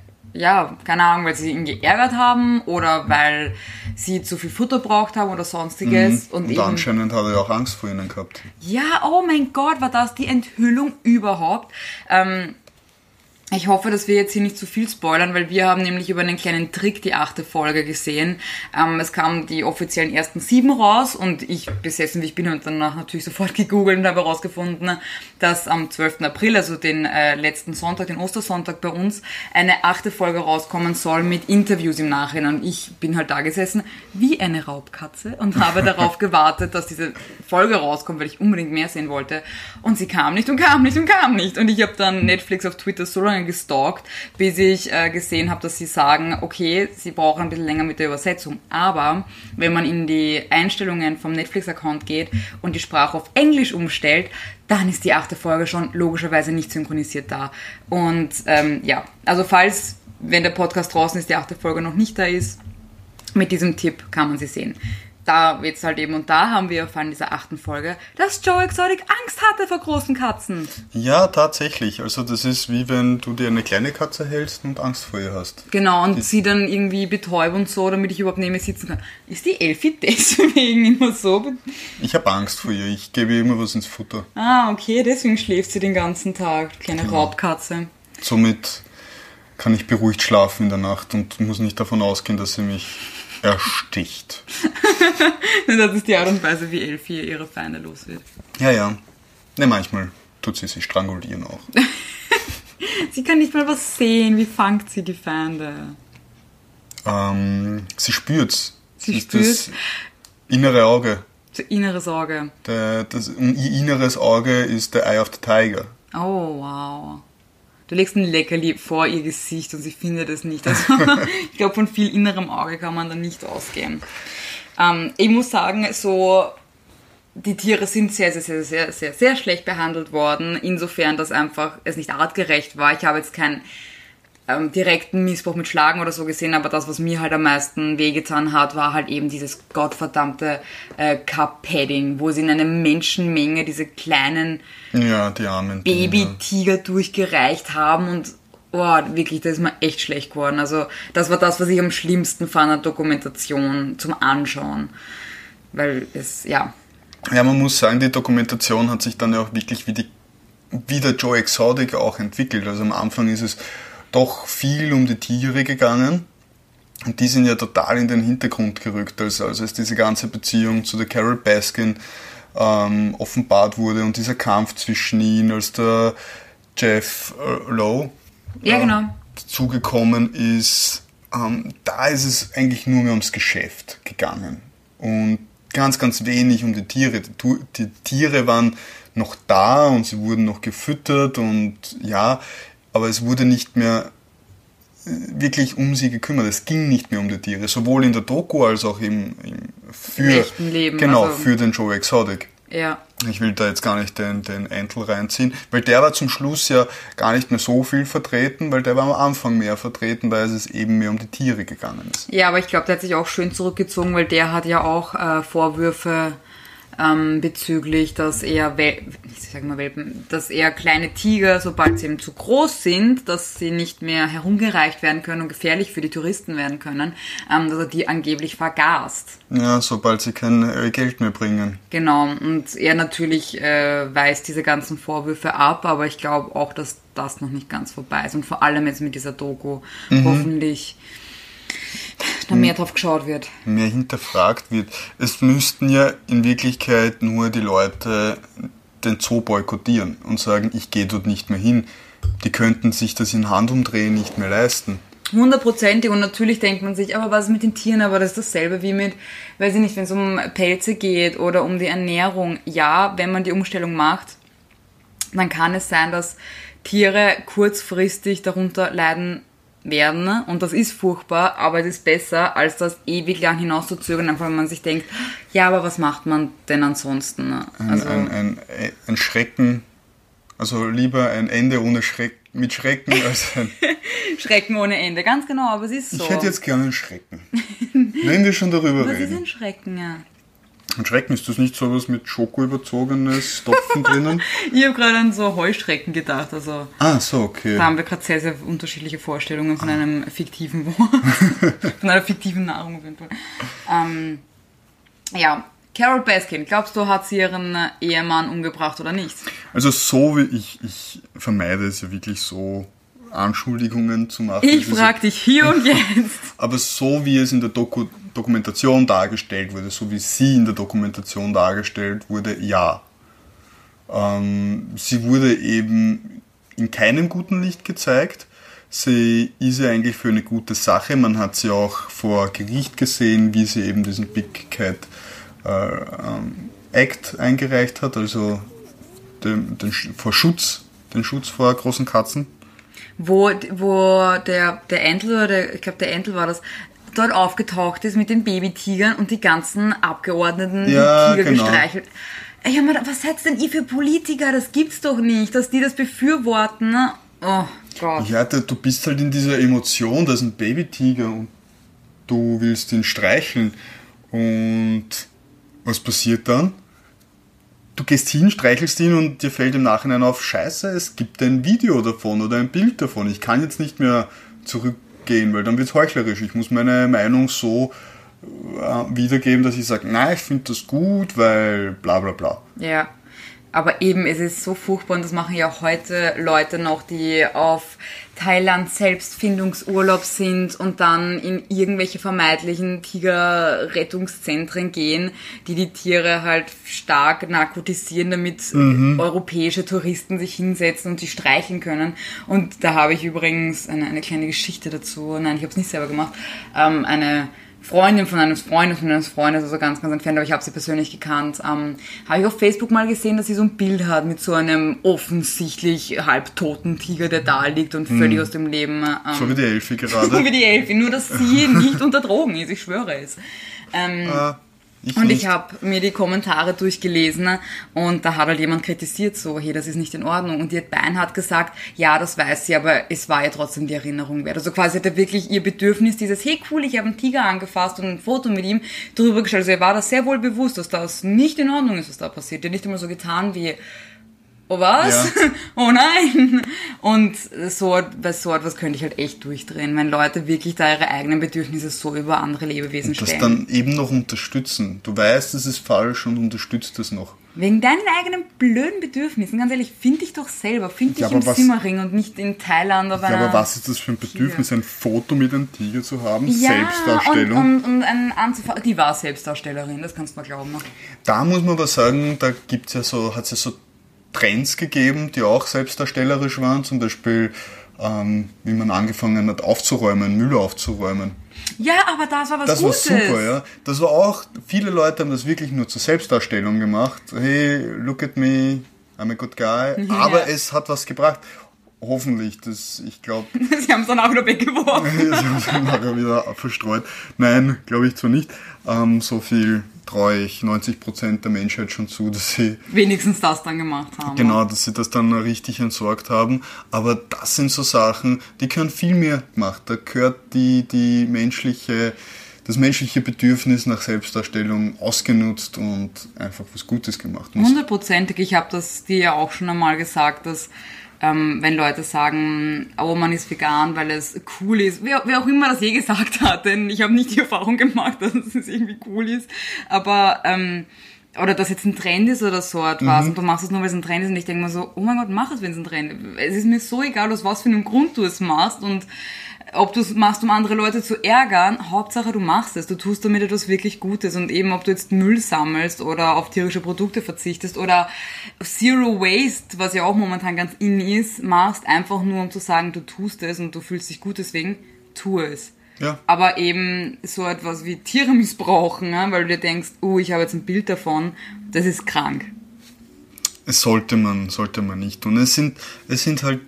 ja, keine Ahnung, weil sie ihn geärgert haben oder weil sie zu viel Futter braucht haben oder sonstiges. Mhm. Und, und eben, anscheinend hat er ja auch Angst vor ihnen gehabt. Ja, oh mein Gott, war das die Enthüllung überhaupt. Ähm, ich hoffe, dass wir jetzt hier nicht zu viel spoilern, weil wir haben nämlich über einen kleinen Trick die achte Folge gesehen. Ähm, es kamen die offiziellen ersten sieben raus und ich, besessen wie ich bin, und danach natürlich sofort gegoogelt und habe herausgefunden, dass am zwölften April, also den äh, letzten Sonntag, den Ostersonntag bei uns, eine achte Folge rauskommen soll mit Interviews im Nachhinein. Und ich bin halt da gesessen wie eine Raubkatze und habe darauf gewartet, dass diese Folge rauskommt, weil ich unbedingt mehr sehen wollte. Und sie kam nicht und kam nicht und kam nicht. Und ich habe dann Netflix auf Twitter so lange gestalkt, bis ich äh, gesehen habe, dass sie sagen, okay, sie brauchen ein bisschen länger mit der Übersetzung. Aber wenn man in die Einstellungen vom Netflix-Account geht und die Sprache auf Englisch umstellt, dann ist die achte Folge schon logischerweise nicht synchronisiert da. Und ähm, ja, also falls, wenn der Podcast draußen ist, die achte Folge noch nicht da ist, mit diesem Tipp kann man sie sehen. Da jetzt halt eben, und da haben wir erfahren in dieser achten Folge, dass Joe Exotic Angst hatte vor großen Katzen. Ja, tatsächlich. Also das ist wie wenn du dir eine kleine Katze hältst und Angst vor ihr hast. Genau, und die sie dann irgendwie betäubt und so, damit ich überhaupt neben ihr sitzen kann. Ist die Elfi deswegen immer so? Ich habe Angst vor ihr. Ich gebe ihr immer was ins Futter. Ah, okay, deswegen schläft sie den ganzen Tag. Kleine genau. Raubkatze. Somit kann ich beruhigt schlafen in der Nacht und muss nicht davon ausgehen, dass sie mich ersticht. Das ist die Art und Weise, wie Elfi ihre Feinde los wird. Ja, ja. Ne, manchmal tut sie sie strangulieren auch. Sie kann nicht mal was sehen. Wie fangt sie die Feinde? Ähm, sie spürt's. Sie das spürt das innere Auge. Die innere Sorge. Der, das, ihr inneres Auge ist der Eye of the Tiger. Oh, wow. Du legst ein Leckerli vor ihr Gesicht und sie findet es nicht. Also ich glaube, von viel innerem Auge kann man da nicht ausgehen. Ähm, ich muss sagen, so die Tiere sind sehr, sehr, sehr, sehr, sehr, sehr schlecht behandelt worden. Insofern, dass einfach es nicht artgerecht war. Ich habe jetzt keinen ähm, direkten Missbrauch mit Schlagen oder so gesehen, aber das, was mir halt am meisten wehgetan hat, war halt eben dieses gottverdammte äh, Cup-Padding, wo sie in einer Menschenmenge diese kleinen ja, die armen Baby-Tiger durchgereicht haben und oh, wirklich, da ist mir echt schlecht geworden. Also das war das, was ich am schlimmsten fand an Dokumentation zum Anschauen. Weil es, ja... Ja, man muss sagen, die Dokumentation hat sich dann ja auch wirklich wie, die, wie der Joe Exotic auch entwickelt. Also am Anfang ist es doch viel um die Tiere gegangen und die sind ja total in den Hintergrund gerückt, also als es diese ganze Beziehung zu der Carol Baskin ähm, offenbart wurde und dieser Kampf zwischen ihnen, als der Jeff äh, Lowe ja, genau. äh, zugekommen ist, ähm, da ist es eigentlich nur mehr ums Geschäft gegangen und ganz, ganz wenig um die Tiere. Die, die Tiere waren noch da und sie wurden noch gefüttert und ja, aber es wurde nicht mehr wirklich um sie gekümmert. Es ging nicht mehr um die Tiere, sowohl in der Doku als auch im, im für, Im echten Leben. Genau, also, für den Joe Exotic. Ja. Ich will da jetzt gar nicht den, den Antle reinziehen, weil der war zum Schluss ja gar nicht mehr so viel vertreten, weil der war am Anfang mehr vertreten, weil es eben mehr um die Tiere gegangen ist. Ja, aber ich glaube, der hat sich auch schön zurückgezogen, weil der hat ja auch äh, Vorwürfe ähm, bezüglich, dass eher, Wel- ich sag mal Welpen, dass eher kleine Tiger, sobald sie eben zu groß sind, dass sie nicht mehr herumgereicht werden können und gefährlich für die Touristen werden können, ähm, dass er die angeblich vergast. Ja, sobald sie kein äh, Geld mehr bringen. Genau, und er natürlich äh, weist diese ganzen Vorwürfe ab, aber ich glaube auch, dass das noch nicht ganz vorbei ist und vor allem jetzt mit dieser Doku mhm. hoffentlich da mehr drauf geschaut wird. Mehr hinterfragt wird. Es müssten ja in Wirklichkeit nur die Leute den Zoo boykottieren und sagen, ich gehe dort nicht mehr hin. Die könnten sich das in Handumdrehen nicht mehr leisten. Hundertprozentig, und natürlich denkt man sich, aber was mit den Tieren, aber das ist dasselbe wie mit, weiß ich nicht, wenn es um Pelze geht oder um die Ernährung. Ja, wenn man die Umstellung macht, dann kann es sein, dass Tiere kurzfristig darunter leiden werden, und das ist furchtbar, aber es ist besser, als das ewig lang hinauszuzögern, einfach wenn man sich denkt, ja, aber was macht man denn ansonsten? Also ein, ein, ein, ein Schrecken, also lieber ein Ende ohne Schreck, mit Schrecken als ein... Schrecken ohne Ende, ganz genau, aber es ist so. Ich hätte jetzt gerne einen Schrecken. Wenn wir schon darüber was reden. Was ist ein Schrecken, ja? Ein Schrecken, ist das nicht sowas mit Schoko überzogenes Stopfen drinnen? Ich habe gerade an so Heuschrecken gedacht. Also ah, so, okay. Da haben wir gerade sehr, sehr unterschiedliche Vorstellungen von einem fiktiven Wort. Von einer fiktiven Nahrung auf jeden Fall. Ähm, ja, Carole Baskin, glaubst du, hat sie ihren Ehemann umgebracht oder nicht? Also so wie ich, ich vermeide es ja wirklich so, Anschuldigungen zu machen. Ich frage dich hier und jetzt. Aber so wie es in der Doku, Dokumentation dargestellt wurde, so wie sie in der Dokumentation dargestellt wurde, ja. Ähm, sie wurde eben in keinem guten Licht gezeigt. Sie ist ja eigentlich für eine gute Sache. Man hat sie auch vor Gericht gesehen, wie sie eben diesen Big Cat äh, ähm, Act eingereicht hat, also den, den, vor Schutz, den Schutz vor großen Katzen. Wo, wo der, der Entl, oder der, ich glaube der Entl war das, dort aufgetaucht ist mit den Babytigern und die ganzen Abgeordneten ja, die Tiger genau. gestreichelt. Ich hab mir gedacht, was seid denn ihr für Politiker? Das gibt's doch nicht, dass die das befürworten. Ne? Oh Gott. Ja, du bist halt in dieser Emotion, da ist ein Babytiger und du willst ihn streicheln. Und was passiert dann? Du gehst hin, streichelst ihn und dir fällt im Nachhinein auf, scheiße, es gibt ein Video davon oder ein Bild davon. Ich kann jetzt nicht mehr zurückgehen, weil dann wird es heuchlerisch. Ich muss meine Meinung so äh, wiedergeben, dass ich sage, nein, ich finde das gut, weil bla bla bla. Ja, aber eben, es ist so furchtbar, und das machen ja heute Leute noch, die auf Thailand Selbstfindungsurlaub sind und dann in irgendwelche vermeintlichen Tigerrettungszentren gehen, die die Tiere halt stark narkotisieren, damit mhm. europäische Touristen sich hinsetzen und sie streicheln können. Und da habe ich übrigens eine, eine kleine Geschichte dazu. Nein, ich habe es nicht selber gemacht. Ähm, eine Freundin von eines Freundes, von eines Freundes, also ganz, ganz entfernt, aber ich habe sie persönlich gekannt, ähm, habe ich auf Facebook mal gesehen, dass sie so ein Bild hat mit so einem offensichtlich halbtoten Tiger, der da liegt und völlig hm. aus dem Leben... Ähm, so wie die Elfi gerade. So wie die Elfi, nur dass sie nicht unter Drogen ist, ich schwöre es. Ähm, ah. Ich und nicht. Ich habe mir die Kommentare durchgelesen und da hat halt jemand kritisiert, so, hey, das ist nicht in Ordnung. Und die Bein hat gesagt, ja, das weiß sie, aber es war ja trotzdem die Erinnerung wert. Also quasi hat er wirklich ihr Bedürfnis, dieses, hey, cool, ich habe einen Tiger angefasst und ein Foto mit ihm drüber gestellt. Also er war das sehr wohl bewusst, dass das nicht in Ordnung ist, was da passiert. Er hat nicht immer so getan wie, oh was? Ja. Oh nein! Und so, bei so etwas könnte ich halt echt durchdrehen, wenn Leute wirklich da ihre eigenen Bedürfnisse so über andere Lebewesen und das stellen. Dann eben noch unterstützen. Du weißt, es ist falsch und unterstützt es noch. Wegen deinen eigenen blöden Bedürfnissen, ganz ehrlich, find dich doch selber, find dich ja, im was, Simmering und nicht in Thailand auf ja, einer... aber was ist das für ein Bedürfnis, Tiger. Ein Foto mit einem Tiger zu haben? Ja, Selbstdarstellung? und, und, und einen anzufangen. Die war Selbstdarstellerin, das kannst du mal glauben. Da muss man aber sagen, da gibt's ja so, hat's ja so Trends gegeben, die auch selbstdarstellerisch waren, zum Beispiel ähm, wie man angefangen hat aufzuräumen, Müll aufzuräumen. Ja, aber das war was das Gutes. Das war super, ja. Das war auch, viele Leute haben das wirklich nur zur Selbstdarstellung gemacht. Hey, look at me, I'm a good guy. Ja. Aber es hat was gebracht. Hoffentlich, das, ich glaube... Sie haben es dann auch wieder weggeworfen. Sie haben es dann nachher wieder verstreut. Nein, glaube ich zwar nicht. Ähm, so viel traue ich neunzig Prozent der Menschheit schon zu, dass sie... wenigstens das dann gemacht haben. Genau, dass sie das dann richtig entsorgt haben. Aber das sind so Sachen, die gehören viel mehr gemacht. Da gehört die, die menschliche... das menschliche Bedürfnis nach Selbstdarstellung ausgenutzt und einfach was Gutes gemacht. Hundertprozentig. Ich habe das dir ja auch schon einmal gesagt, dass ähm, wenn Leute sagen, oh, man ist vegan, weil es cool ist, wer, wer auch immer das je gesagt hat, denn ich habe nicht die Erfahrung gemacht, dass es irgendwie cool ist, aber ähm, oder dass jetzt ein Trend ist oder so etwas mhm. und du machst es nur, weil es ein Trend ist und ich denke mir so, oh mein Gott, mach es, wenn es ein Trend ist. Es ist mir so egal, aus was für einem Grund du es machst und ob du es machst, um andere Leute zu ärgern, Hauptsache du machst es, du tust damit etwas wirklich Gutes und eben ob du jetzt Müll sammelst oder auf tierische Produkte verzichtest oder Zero Waste, was ja auch momentan ganz in ist, machst, einfach nur um zu sagen, du tust es und du fühlst dich gut deswegen, tu es. Ja. Aber eben so etwas wie Tiere missbrauchen, ne? Weil du dir denkst, oh, ich habe jetzt ein Bild davon, das ist krank. Es sollte man, sollte man nicht tun. Es sind, es sind halt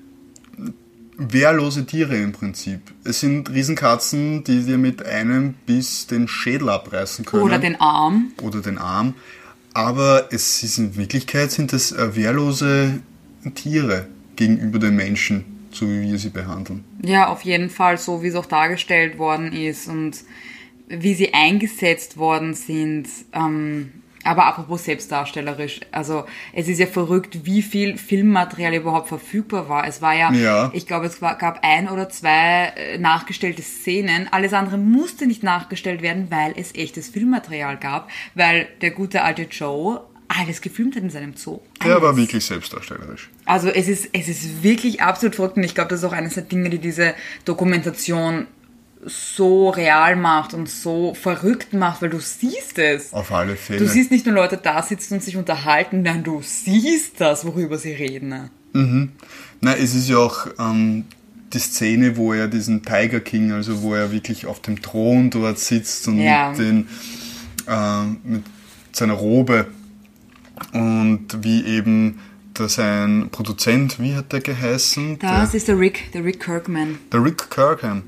wehrlose Tiere im Prinzip. Es sind Riesenkatzen, die dir mit einem Biss den Schädel abreißen können. Oder den Arm. Oder den Arm. Aber es ist in Wirklichkeit sind es wehrlose Tiere gegenüber den Menschen, so wie wir sie behandeln. Ja, auf jeden Fall, so wie es auch dargestellt worden ist und wie sie eingesetzt worden sind. Ähm, aber apropos selbstdarstellerisch, also es ist ja verrückt, wie viel Filmmaterial überhaupt verfügbar war. Es war ja, ja. ich glaube, es war, gab ein oder zwei äh, nachgestellte Szenen. Alles andere musste nicht nachgestellt werden, weil es echtes Filmmaterial gab, weil der gute alte Joe alles gefilmt hat in seinem Zoo. Alles. Der war wirklich selbstdarstellerisch. Also es ist, es ist wirklich absolut verrückt und ich glaube, das ist auch eines der Dinge, die diese Dokumentation so real macht und so verrückt macht, weil du siehst es. Auf alle Fälle. Du siehst nicht nur Leute da sitzen und sich unterhalten, nein, du siehst das, worüber sie reden. Mhm. Na, es ist ja auch ähm, die Szene, wo er diesen Tiger King, also wo er wirklich auf dem Thron dort sitzt und ja. mit, den, äh, mit seiner Robe und wie eben sein Produzent, wie hat der geheißen? Das der, ist der Rick, der Rick Kirkman. Der Rick Kirkman.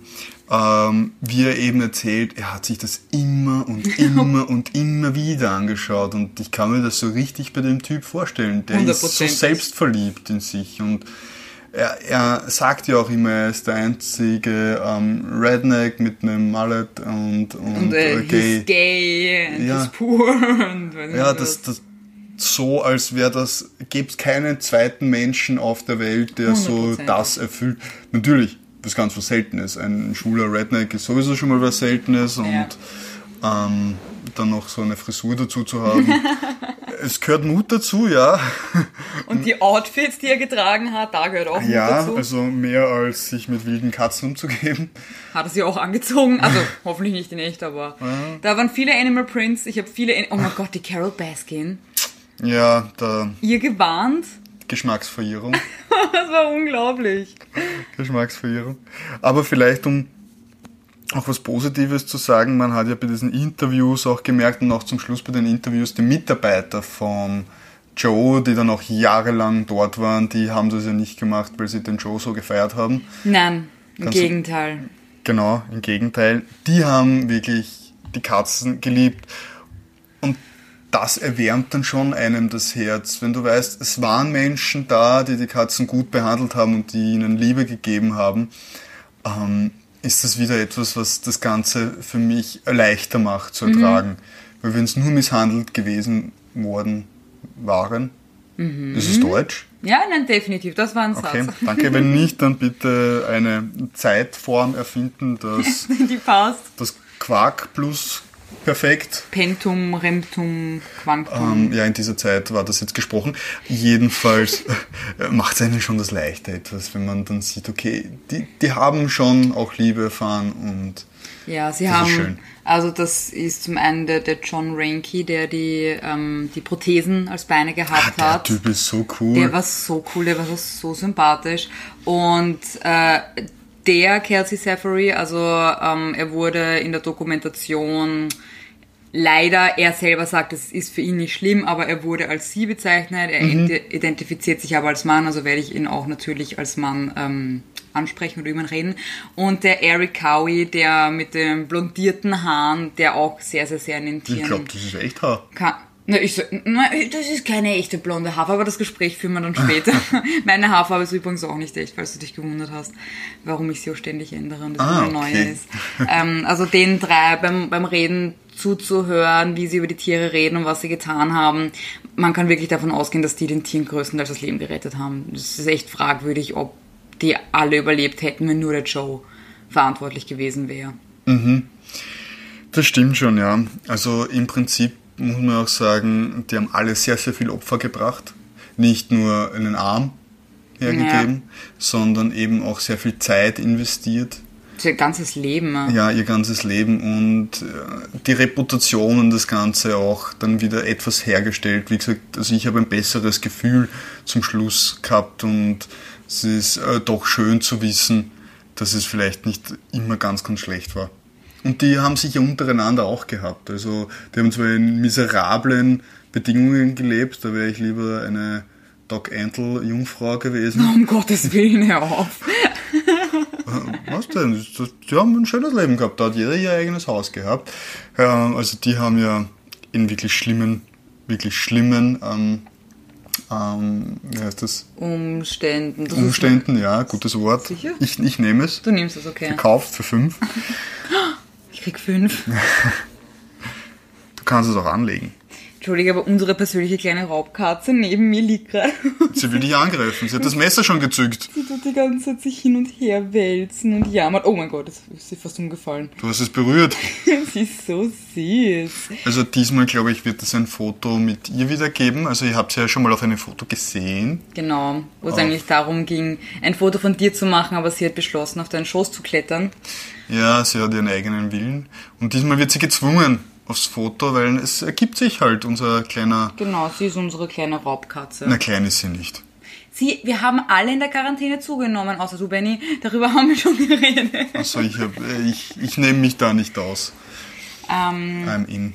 Ähm, wie er eben erzählt, er hat sich das immer und immer und immer wieder angeschaut und ich kann mir das so richtig bei dem Typ vorstellen. Der ist so selbstverliebt in sich und er, er sagt ja auch immer, er ist der einzige ähm, Redneck mit einem Mallet und, und, und äh, äh, gay. He's gay and ja. he's poor. Und ja, das, das so, als wäre das, gäbe es keinen zweiten Menschen auf der Welt, der hundert Prozent so das erfüllt. Natürlich, was ganz was Seltenes. Ein schwuler Redneck ist sowieso schon mal was Seltenes und ja. ähm, dann noch so eine Frisur dazu zu haben. Es gehört Mut dazu, ja. Und die Outfits, die er getragen hat, da gehört auch Mut ja, dazu. Ja, also mehr als sich mit wilden Katzen umzugeben. Hat er sie auch angezogen, also hoffentlich nicht in echt, aber ja. Da waren viele Animal Prints, ich habe viele, oh mein Gott, die Carole Baskin. Ja, da... Ihr gewarnt? Geschmacksverirrung. Das war unglaublich. Geschmacksverirrung. Aber vielleicht, um auch was Positives zu sagen, man hat ja bei diesen Interviews auch gemerkt und auch zum Schluss bei den Interviews, die Mitarbeiter von Joe, die dann auch jahrelang dort waren, die haben das ja nicht gemacht, weil sie den Joe so gefeiert haben. Nein, im Ganz Gegenteil. So, genau, im Gegenteil. Die haben wirklich die Katzen geliebt und das erwärmt dann schon einem das Herz, wenn du weißt, es waren Menschen da, die die Katzen gut behandelt haben und die ihnen Liebe gegeben haben, ähm, ist das wieder etwas, was das Ganze für mich leichter macht zu ertragen. Mhm. Weil wenn es nur misshandelt gewesen worden waren, mhm. Ist es Deutsch? Ja, nein, definitiv, das war ein Satz. Okay, danke, wenn nicht, dann bitte eine Zeitform erfinden, dass die passt. Das Quark plus perfekt. Pentum, Remtum, Quantum. Ähm, ja, in dieser Zeit war das jetzt gesprochen. Jedenfalls macht es einem schon das Leichte etwas, wenn man dann sieht, okay, die, die haben schon auch Liebe erfahren und ja, sie das haben, ist schön. Also das ist zum einen der, der John Reinke, der die, ähm, die Prothesen als Beine gehabt ah, hat. Der Typ ist so cool. Der war so cool, der war so sympathisch. Und äh, der Kelsey Saffery, also ähm, er wurde in der Dokumentation leider, er selber sagt, es ist für ihn nicht schlimm, aber er wurde als sie bezeichnet, er mhm. identifiziert sich aber als Mann, also werde ich ihn auch natürlich als Mann ähm, ansprechen oder über ihn reden. Und der Eric Cowie, der mit den blondierten Haaren, der auch sehr, sehr, sehr in den Tieren... Ich glaube, das ist echt Haar. Kann, Na, ich so, na, das ist keine echte blonde Haarfarbe, aber das Gespräch führen wir dann später. Meine Haarfarbe ist übrigens auch nicht echt, falls du dich gewundert hast, warum ich sie auch ständig ändere und das ah, eine okay. neue ist. Ähm, also den drei beim, beim Reden zuzuhören, wie sie über die Tiere reden und was sie getan haben. Man kann wirklich davon ausgehen, dass die den Tieren größtenteils das Leben gerettet haben. Es ist echt fragwürdig, ob die alle überlebt hätten, wenn nur der Joe verantwortlich gewesen wäre. Mhm. Das stimmt schon, ja. Also im Prinzip muss man auch sagen, die haben alle sehr, sehr viel Opfer gebracht. Nicht nur einen Arm hergegeben, ja. sondern eben auch sehr viel Zeit investiert. Ihr ganzes Leben. Ja. ja, ihr ganzes Leben und die Reputation und das Ganze auch dann wieder etwas hergestellt. Wie gesagt, also ich habe ein besseres Gefühl zum Schluss gehabt und es ist äh, doch schön zu wissen, dass es vielleicht nicht immer ganz, ganz schlecht war. Und die haben sich ja untereinander auch gehabt. Also die haben zwar in miserablen Bedingungen gelebt, da wäre ich lieber eine Doc Antle Jungfrau gewesen. Um Gottes Willen, hör auf. Was denn? Die haben ein schönes Leben gehabt, da hat jeder ihr eigenes Haus gehabt. Also die haben ja in wirklich schlimmen, wirklich schlimmen, ähm, ähm, wie heißt das? Umständen. Das Umständen, ja, gutes Wort. Sicher? Ich, ich nehme es. Du nimmst es, okay. Gekauft für fünf. Ich krieg fünf. Du kannst es auch anlegen. Entschuldige, aber unsere persönliche kleine Raubkatze neben mir liegt gerade. Sie will dich angreifen. Sie hat das Messer schon gezückt. Sie tut die ganze Zeit sich hin und her wälzen und jammert. Oh mein Gott, jetzt ist sie fast umgefallen. Du hast es berührt. Sie ist so süß. Also diesmal, glaube ich, wird es ein Foto mit ihr wieder geben. Also ihr habt sie ja schon mal auf einem Foto gesehen. Genau, wo es auf. eigentlich darum ging, ein Foto von dir zu machen, aber sie hat beschlossen, auf deinen Schoß zu klettern. Ja, sie hat ihren eigenen Willen. Und diesmal wird sie gezwungen aufs Foto, weil es ergibt sich halt unser kleiner... Genau, sie ist unsere kleine Raubkatze. Na, klein ist sie nicht. Sie, wir haben alle in der Quarantäne zugenommen, außer du, Benni. Darüber haben wir schon geredet. Also ich, hab, ich, ich nehme mich da nicht aus. Ähm, I'm in.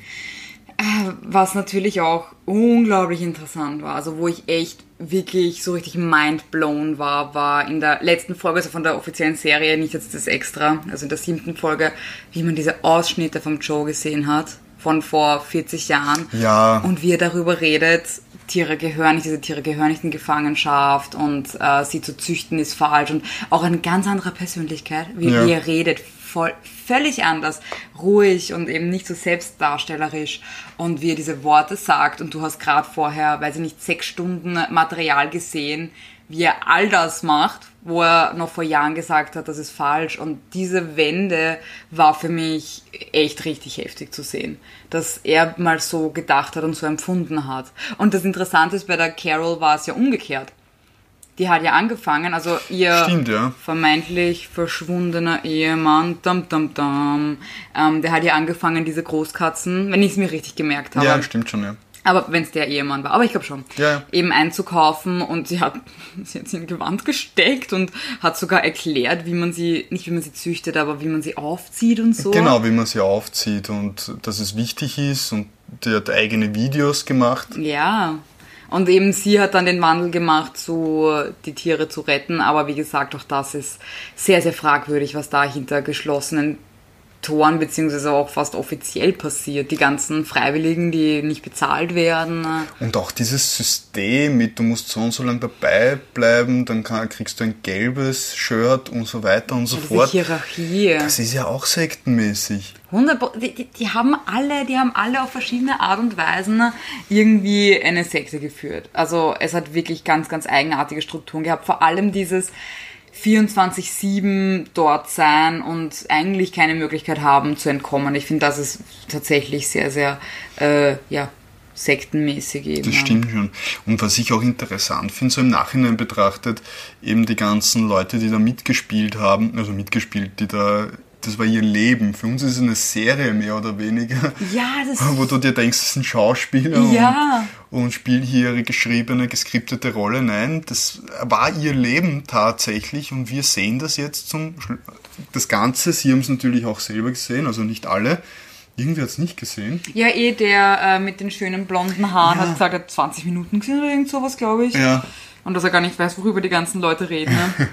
Was natürlich auch unglaublich interessant war, also wo ich echt wirklich so richtig mindblown war, war in der letzten Folge, also von der offiziellen Serie, nicht jetzt das Extra, also in der siebten Folge, wie man diese Ausschnitte vom Joe gesehen hat, von vor vierzig Jahren. Ja. Und wie er darüber redet, Tiere gehören nicht, diese Tiere gehören nicht in Gefangenschaft und äh, sie zu züchten ist falsch und auch eine ganz andere Persönlichkeit, wie, ja. wie er redet, voll, völlig anders, ruhig und eben nicht so selbstdarstellerisch und wie er diese Worte sagt und du hast gerade vorher, weiß ich nicht, sechs Stunden Material gesehen, wie er all das macht, wo er noch vor Jahren gesagt hat, das ist falsch. Und diese Wende war für mich echt richtig heftig zu sehen, dass er mal so gedacht hat und so empfunden hat. Und das Interessante ist, bei der Carol war es ja umgekehrt. Die hat ja angefangen, also ihr Stimmt, ja. vermeintlich verschwundener Ehemann, dam, dam, dam, ähm, der hat ja angefangen, diese Großkatzen, wenn ich es mir richtig gemerkt habe. Ja, stimmt schon, ja. Aber wenn es der Ehemann war, aber ich glaube schon, ja, ja. eben einzukaufen und sie hat, sie hat sie in Gewand gesteckt und hat sogar erklärt, wie man sie, nicht wie man sie züchtet, aber wie man sie aufzieht und so. Genau, wie man sie aufzieht und dass es wichtig ist und die hat eigene Videos gemacht. Ja, und eben sie hat dann den Wandel gemacht, so die Tiere zu retten, aber wie gesagt, auch das ist sehr, sehr fragwürdig, was da hinter geschlossenen Toren beziehungsweise auch fast offiziell passiert. Die ganzen Freiwilligen, die nicht bezahlt werden. Und auch dieses System mit, du musst so und so lange dabei bleiben, dann kann, kriegst du ein gelbes Shirt und so weiter und so Diese fort. Hierarchie. Das ist ja auch sektenmäßig. hundert die, die, die haben alle, die haben alle auf verschiedene Art und Weisen irgendwie eine Sekte geführt. Also es hat wirklich ganz, ganz eigenartige Strukturen gehabt. Vor allem dieses vierundzwanzig sieben dort sein und eigentlich keine Möglichkeit haben zu entkommen. Ich finde, das ist tatsächlich sehr, sehr äh, ja, sektenmäßig eben. Das stimmt schon. Und was ich auch interessant finde, so im Nachhinein betrachtet, eben die ganzen Leute, die da mitgespielt haben, also mitgespielt, die da, das war ihr Leben. Für uns ist es eine Serie mehr oder weniger. Ja, das wo du dir denkst, das sind Schauspieler ja. und, und spielen hier ihre geschriebene, geskriptete Rolle. Nein, das war ihr Leben tatsächlich und wir sehen das jetzt zum das Ganze. Sie haben es natürlich auch selber gesehen, also nicht alle. Irgendwie hat es nicht gesehen. Ja, eh der äh, mit den schönen blonden Haaren Ja. hat gesagt, er hat zwanzig Minuten gesehen oder irgend sowas, glaube ich. Ja. Und dass er gar nicht weiß, worüber die ganzen Leute reden. Ne?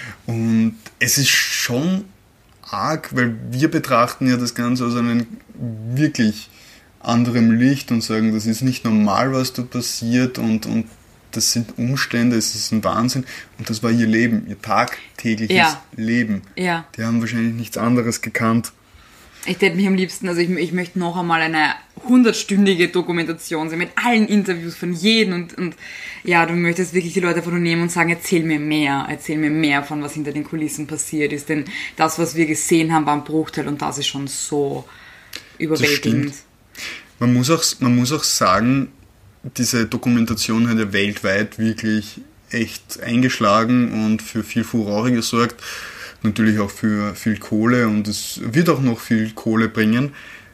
Und es ist schon arg, weil wir betrachten ja das Ganze aus einem wirklich anderem Licht und sagen, das ist nicht normal, was da passiert und, und das sind Umstände, es ist ein Wahnsinn. Und das war ihr Leben, ihr tagtägliches ja. Leben. Ja. Die haben wahrscheinlich nichts anderes gekannt. Ich hätte mich am liebsten, also ich, ich möchte noch einmal eine hundertstündige Dokumentation sehen, mit allen Interviews von jedem und, und ja, du möchtest wirklich die Leute einfach nur nehmen und sagen, erzähl mir mehr, erzähl mir mehr von was hinter den Kulissen passiert ist, denn das, was wir gesehen haben, war ein Bruchteil und das ist schon so überwältigend. Man muss auch, man muss auch sagen, diese Dokumentation hat ja weltweit wirklich echt eingeschlagen und für viel Furore gesorgt. Natürlich auch für viel Kohle und es wird auch noch viel Kohle bringen.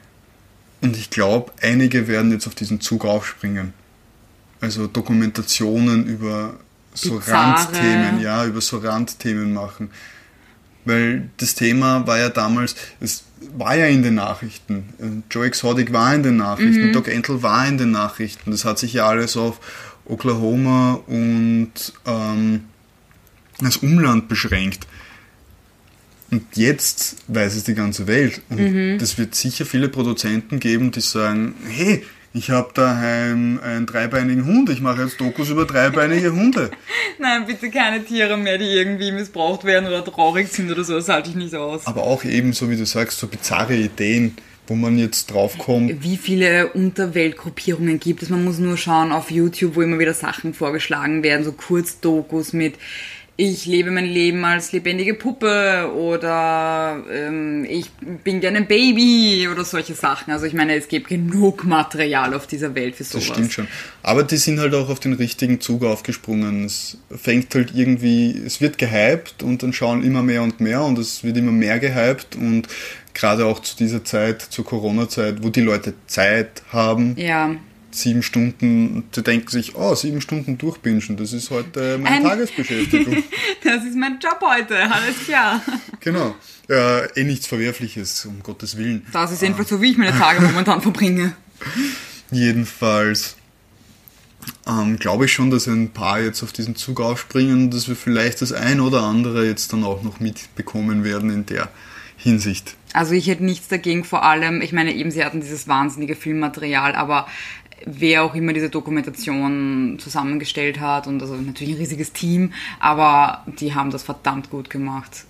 Und ich glaube, einige werden jetzt auf diesen Zug aufspringen. Also Dokumentationen über so Bizarre. Randthemen, ja, über so Randthemen machen. Weil das Thema war ja damals, es war ja in den Nachrichten. Joe Exotic war in den Nachrichten, mhm. Doc Antle war in den Nachrichten. Das hat sich ja alles auf Oklahoma und ähm, das Umland beschränkt. Und jetzt weiß es die ganze Welt. Und mhm. es wird sicher viele Produzenten geben, die sagen, hey, ich habe daheim einen dreibeinigen Hund, ich mache jetzt Dokus über dreibeinige Hunde. Nein, bitte keine Tiere mehr, die irgendwie missbraucht werden oder traurig sind oder so, das halte ich nicht aus. Aber auch eben, so wie du sagst, so bizarre Ideen, wo man jetzt draufkommt. Wie viele Unterweltgruppierungen gibt es? Man muss nur schauen auf YouTube, wo immer wieder Sachen vorgeschlagen werden, so Kurzdokus mit ich lebe mein Leben als lebendige Puppe oder ähm, ich bin gerne ein Baby oder solche Sachen. Also ich meine, es gibt genug Material auf dieser Welt für sowas. Das stimmt schon. Aber die sind halt auch auf den richtigen Zug aufgesprungen. Es fängt halt irgendwie, es wird gehypt und dann schauen immer mehr und mehr und es wird immer mehr gehypt und gerade auch zu dieser Zeit, zur Corona-Zeit, wo die Leute Zeit haben. Ja. Sieben Stunden, die denken sich, oh, sieben Stunden durchbingen, das ist heute meine Ein Tagesbeschäftigung. Das ist mein Job heute, alles klar. Genau, äh, eh nichts Verwerfliches, um Gottes Willen. Das ist einfach so, wie ich meine Tage momentan verbringe. Jedenfalls ähm, glaube ich schon, dass ein paar jetzt auf diesen Zug aufspringen, dass wir vielleicht das ein oder andere jetzt dann auch noch mitbekommen werden in der Hinsicht. Also ich hätte nichts dagegen, vor allem, ich meine eben, sie hatten dieses wahnsinnige Filmmaterial, aber wer auch immer diese Dokumentation zusammengestellt hat und also natürlich ein riesiges Team, aber die haben das verdammt gut gemacht.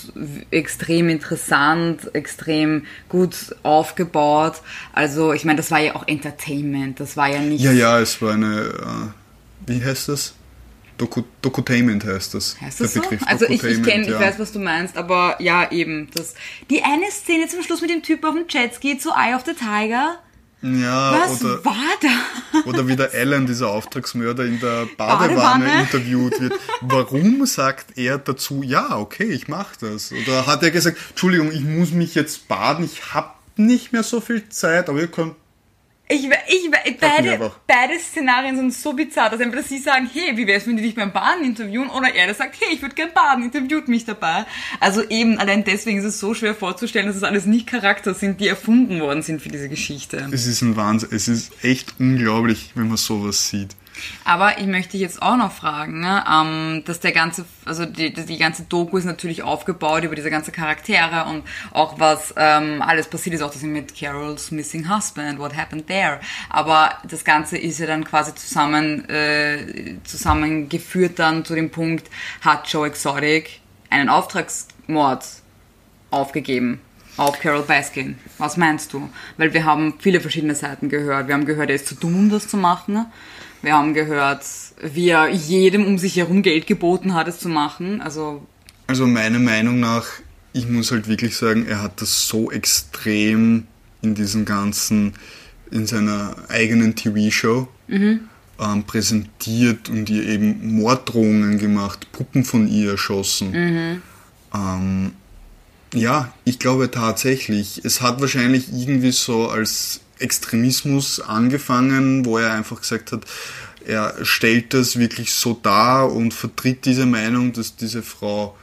Extrem interessant, extrem gut aufgebaut. Also ich meine, das war ja auch Entertainment, das war ja nicht... Ja, ja, es war eine, äh, wie heißt das? Doku, Dokutainment heißt das. Heißt das der Begriff so? Also ich, ich kenne, ja. Ich weiß, was du meinst, aber ja, eben. Das, die eine Szene zum Schluss mit dem Typ auf dem Jetski zu Eye of the Tiger. Ja, was oder, war da? Oder wie der Alan, dieser Auftragsmörder, in der Badewanne, Badewanne interviewt wird. Warum sagt er dazu, ja, okay, ich mache das? Oder hat er gesagt, Entschuldigung, ich muss mich jetzt baden, ich habe nicht mehr so viel Zeit, aber ihr könnt... Ich, ich, beide, beide Szenarien sind so bizarr, dass entweder sie sagen, hey, wie wär's, wenn die dich beim Baden interviewen, oder er, der sagt, hey, ich würde gern baden, interviewt mich dabei. Also eben, allein deswegen ist es so schwer vorzustellen, dass es alles nicht Charakter sind, die erfunden worden sind für diese Geschichte. Es ist ein Wahnsinn, es ist echt unglaublich, wenn man sowas sieht. Aber ich möchte jetzt auch noch fragen, ne, ähm, dass der ganze, also die, die ganze Doku ist natürlich aufgebaut über diese ganzen Charaktere und auch was ähm, alles passiert ist, auch das mit Carols Missing Husband, what happened there. Aber das Ganze ist ja dann quasi zusammen äh, zusammengeführt dann zu dem Punkt, hat Joe Exotic einen Auftragsmord aufgegeben auf Carol Baskin. Was meinst du? Weil wir haben viele verschiedene Seiten gehört. Wir haben gehört, er ist zu dumm, um das zu machen. Ne? Wir haben gehört, wie er jedem um sich herum Geld geboten hat, es zu machen. Also, also meiner Meinung nach, ich muss halt wirklich sagen, er hat das so extrem in diesem ganzen, in seiner eigenen T V-Show mhm. ähm, präsentiert und ihr eben Morddrohungen gemacht, Puppen von ihr erschossen. Mhm. Ähm, ja, ich glaube tatsächlich, es hat wahrscheinlich irgendwie so als Extremismus angefangen, wo er einfach gesagt hat, er stellt das wirklich so dar und vertritt diese Meinung, dass diese Frau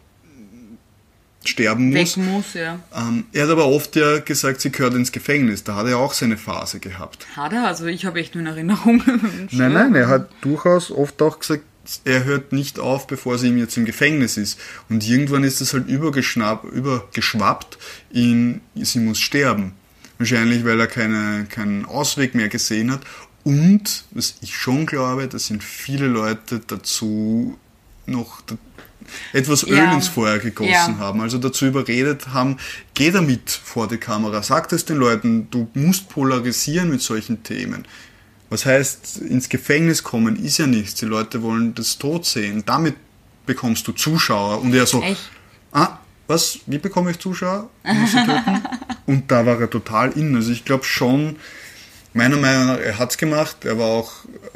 sterben muss. Weg muss, ja. Ähm, er hat aber oft ja gesagt, sie gehört ins Gefängnis. Da hat er auch seine Phase gehabt. Hat er? Also ich habe echt nur in Erinnerung. Nein, nein, er hat durchaus oft auch gesagt, er hört nicht auf, bevor sie ihm jetzt im Gefängnis ist. Und irgendwann ist das halt übergeschnappt, übergeschwappt in, sie muss sterben. Wahrscheinlich, weil er keine, keinen Ausweg mehr gesehen hat. Und, was ich schon glaube, da sind viele Leute dazu noch etwas Öl ja. ins Feuer gegossen ja. haben, also dazu überredet haben, geh damit vor die Kamera, sag das den Leuten, du musst polarisieren mit solchen Themen. Was heißt, ins Gefängnis kommen ist ja nichts, die Leute wollen das Tod sehen, damit bekommst du Zuschauer. Und er so, Echt? ah, was, wie bekomme ich Zuschauer? Muss ich töten? Und da war er total in, also ich glaube schon, meiner Meinung nach, er hat es gemacht, er war auch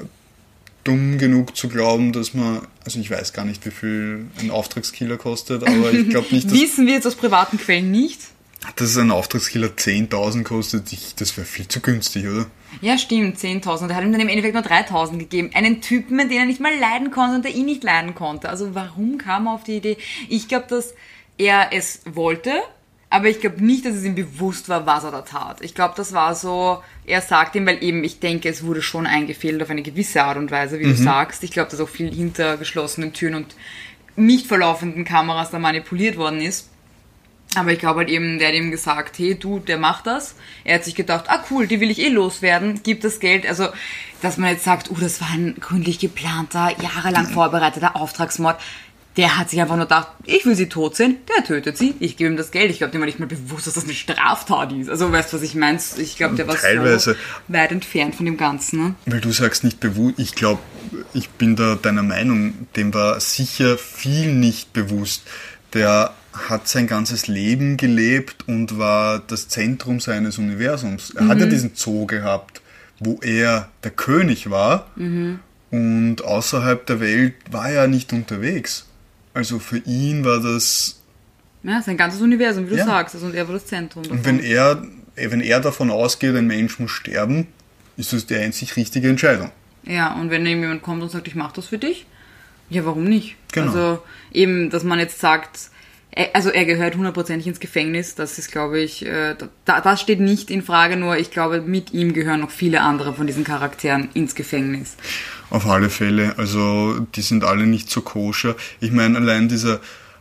dumm genug zu glauben, dass man, also ich weiß gar nicht, wie viel ein Auftragskiller kostet, aber ich glaube nicht, dass... Wissen wir jetzt aus privaten Quellen nicht? Dass ein Auftragskiller zehntausend kostet, ich, das wäre viel zu günstig, oder? Ja, stimmt, zehntausend. Er hat ihm dann im Endeffekt nur dreitausend gegeben. Einen Typen, den er nicht mal leiden konnte und der ihn nicht leiden konnte. Also warum kam er auf die Idee? Ich glaube, dass er es wollte, aber ich glaube nicht, dass es ihm bewusst war, was er da tat. Ich glaube, das war so, er sagt ihm, weil eben, ich denke, es wurde schon eingefädelt auf eine gewisse Art und Weise, wie mhm. du sagst. Ich glaube, dass auch viel hinter geschlossenen Türen und nicht verlaufenden Kameras da manipuliert worden ist. Aber ich glaube halt eben, der hat ihm gesagt, hey, du, der macht das. Er hat sich gedacht, ah cool, die will ich eh loswerden, gib das Geld. Also, dass man jetzt sagt, oh, das war ein gründlich geplanter, jahrelang vorbereiteter Auftragsmord. Der hat sich einfach nur gedacht, ich will sie tot sehen, der tötet sie, ich gebe ihm das Geld. Ich glaube, dem war nicht mal bewusst, dass das eine Straftat ist. Also, weißt du, was ich meine? Ich glaube, der war Teilweise, so weit entfernt von dem Ganzen. Ne? Weil du sagst nicht bewusst, ich glaube, ich bin da deiner Meinung, dem war sicher viel nicht bewusst. Der hat sein ganzes Leben gelebt und war das Zentrum seines Universums. Er mhm. hat ja diesen Zoo gehabt, wo er der König war mhm. und außerhalb der Welt war er nicht unterwegs. Also für ihn war das... Ja, sein ganzes Universum, wie du ja. sagst, also und er war das Zentrum davon. Und wenn er, wenn er davon ausgeht, ein Mensch muss sterben, ist das die einzig richtige Entscheidung. Ja, und wenn jemand kommt und sagt, ich mache das für dich, ja, warum nicht? Genau. Also eben, dass man jetzt sagt... Also er gehört hundertprozentig ins Gefängnis, das ist, glaube ich, äh, da, das steht nicht in Frage, nur ich glaube, mit ihm gehören noch viele andere von diesen Charakteren ins Gefängnis. Auf alle Fälle, also die sind alle nicht so koscher. Ich meine, allein dieser,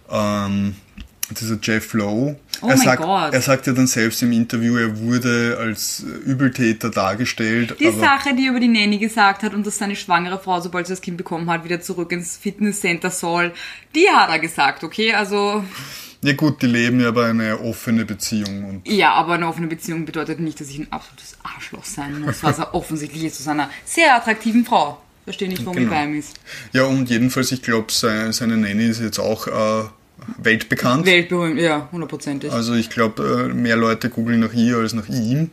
ähm, dieser Jeff Lowe, oh er, mein sagt, Gott. er sagt ja dann selbst im Interview, er wurde als Übeltäter dargestellt. Die aber Sache, die er über die Nanny gesagt hat und dass seine schwangere Frau, sobald sie das Kind bekommen hat, wieder zurück ins Fitnesscenter soll, die hat er gesagt, okay, also... Ja gut, die leben ja aber eine offene Beziehung. Und ja, aber eine offene Beziehung bedeutet nicht, dass ich ein absolutes Arschloch sein muss, was er offensichtlich ist zu seiner sehr attraktiven Frau. Verstehe nicht, warum genau. er bei ihm ist. Ja, und jedenfalls, ich glaube, seine, seine Nanny ist jetzt auch... Äh, weltbekannt. Weltberühmt, ja, hundertprozentig. Also ich glaube, mehr Leute googeln nach ihr als nach ihm.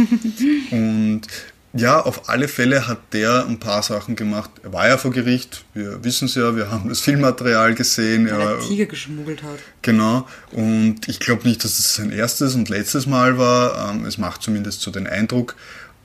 Und ja, auf alle Fälle hat der ein paar Sachen gemacht. Er war ja vor Gericht, wir wissen es ja, wir haben das Filmmaterial gesehen. Weil er Tiger geschmuggelt hat. Genau, und ich glaube nicht, dass das sein erstes und letztes Mal war. Es macht zumindest so den Eindruck.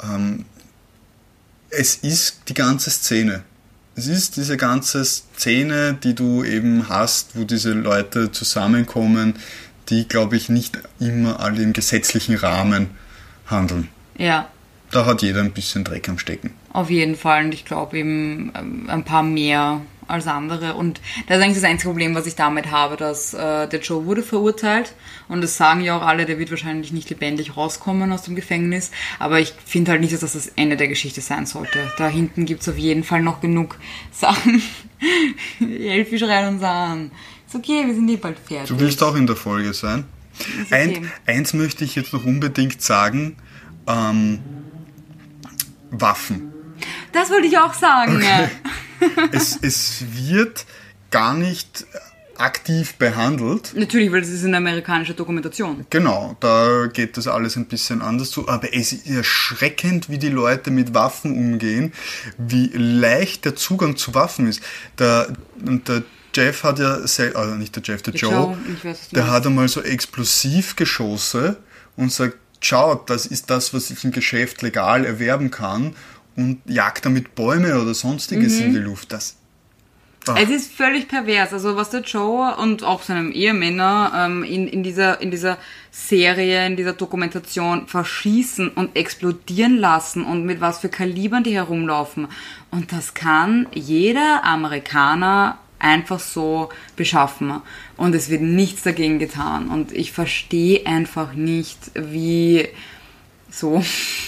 Es ist die ganze Szene. Es ist diese ganze Szene, die du eben hast, wo diese Leute zusammenkommen, die, glaube ich, nicht immer alle im gesetzlichen Rahmen handeln. Ja. Da hat jeder ein bisschen Dreck am Stecken. Auf jeden Fall. Und ich glaube eben ein paar mehr als andere. Und das ist eigentlich das einzige Problem, was ich damit habe, dass äh, der Joe wurde verurteilt. Und das sagen ja auch alle, der wird wahrscheinlich nicht lebendig rauskommen aus dem Gefängnis. Aber ich finde halt nicht, dass das das Ende der Geschichte sein sollte. Da hinten gibt es auf jeden Fall noch genug Sachen. Elfi schreien uns an. Ist okay, wir sind eh bald fertig. Du willst auch in der Folge sein. Okay. Ein, eins möchte ich jetzt noch unbedingt sagen. Ähm, Waffen. Das wollte ich auch sagen. Okay. es, es wird gar nicht aktiv behandelt. Natürlich, weil das ist eine amerikanische Dokumentation. Genau, da geht das alles ein bisschen anders zu. Aber es ist erschreckend, wie die Leute mit Waffen umgehen, wie leicht der Zugang zu Waffen ist. Der, der Jeff hat ja, sel- also nicht der Jeff, der, der Joe, Joe ich weiß, der hat einmal so Explosivgeschosse und sagt, schaut, das ist das, was ich im Geschäft legal erwerben kann und jagt damit Bäume oder sonstiges mhm. in die Luft. Das, ach. Es ist völlig pervers. Also was der Joe und auch seinem Ehemänner ähm, in, in, dieser, in dieser Serie, in dieser Dokumentation verschießen und explodieren lassen und mit was für Kalibern die herumlaufen. Und das kann jeder Amerikaner einfach so beschaffen. Und es wird nichts dagegen getan. Und ich verstehe einfach nicht, wie so.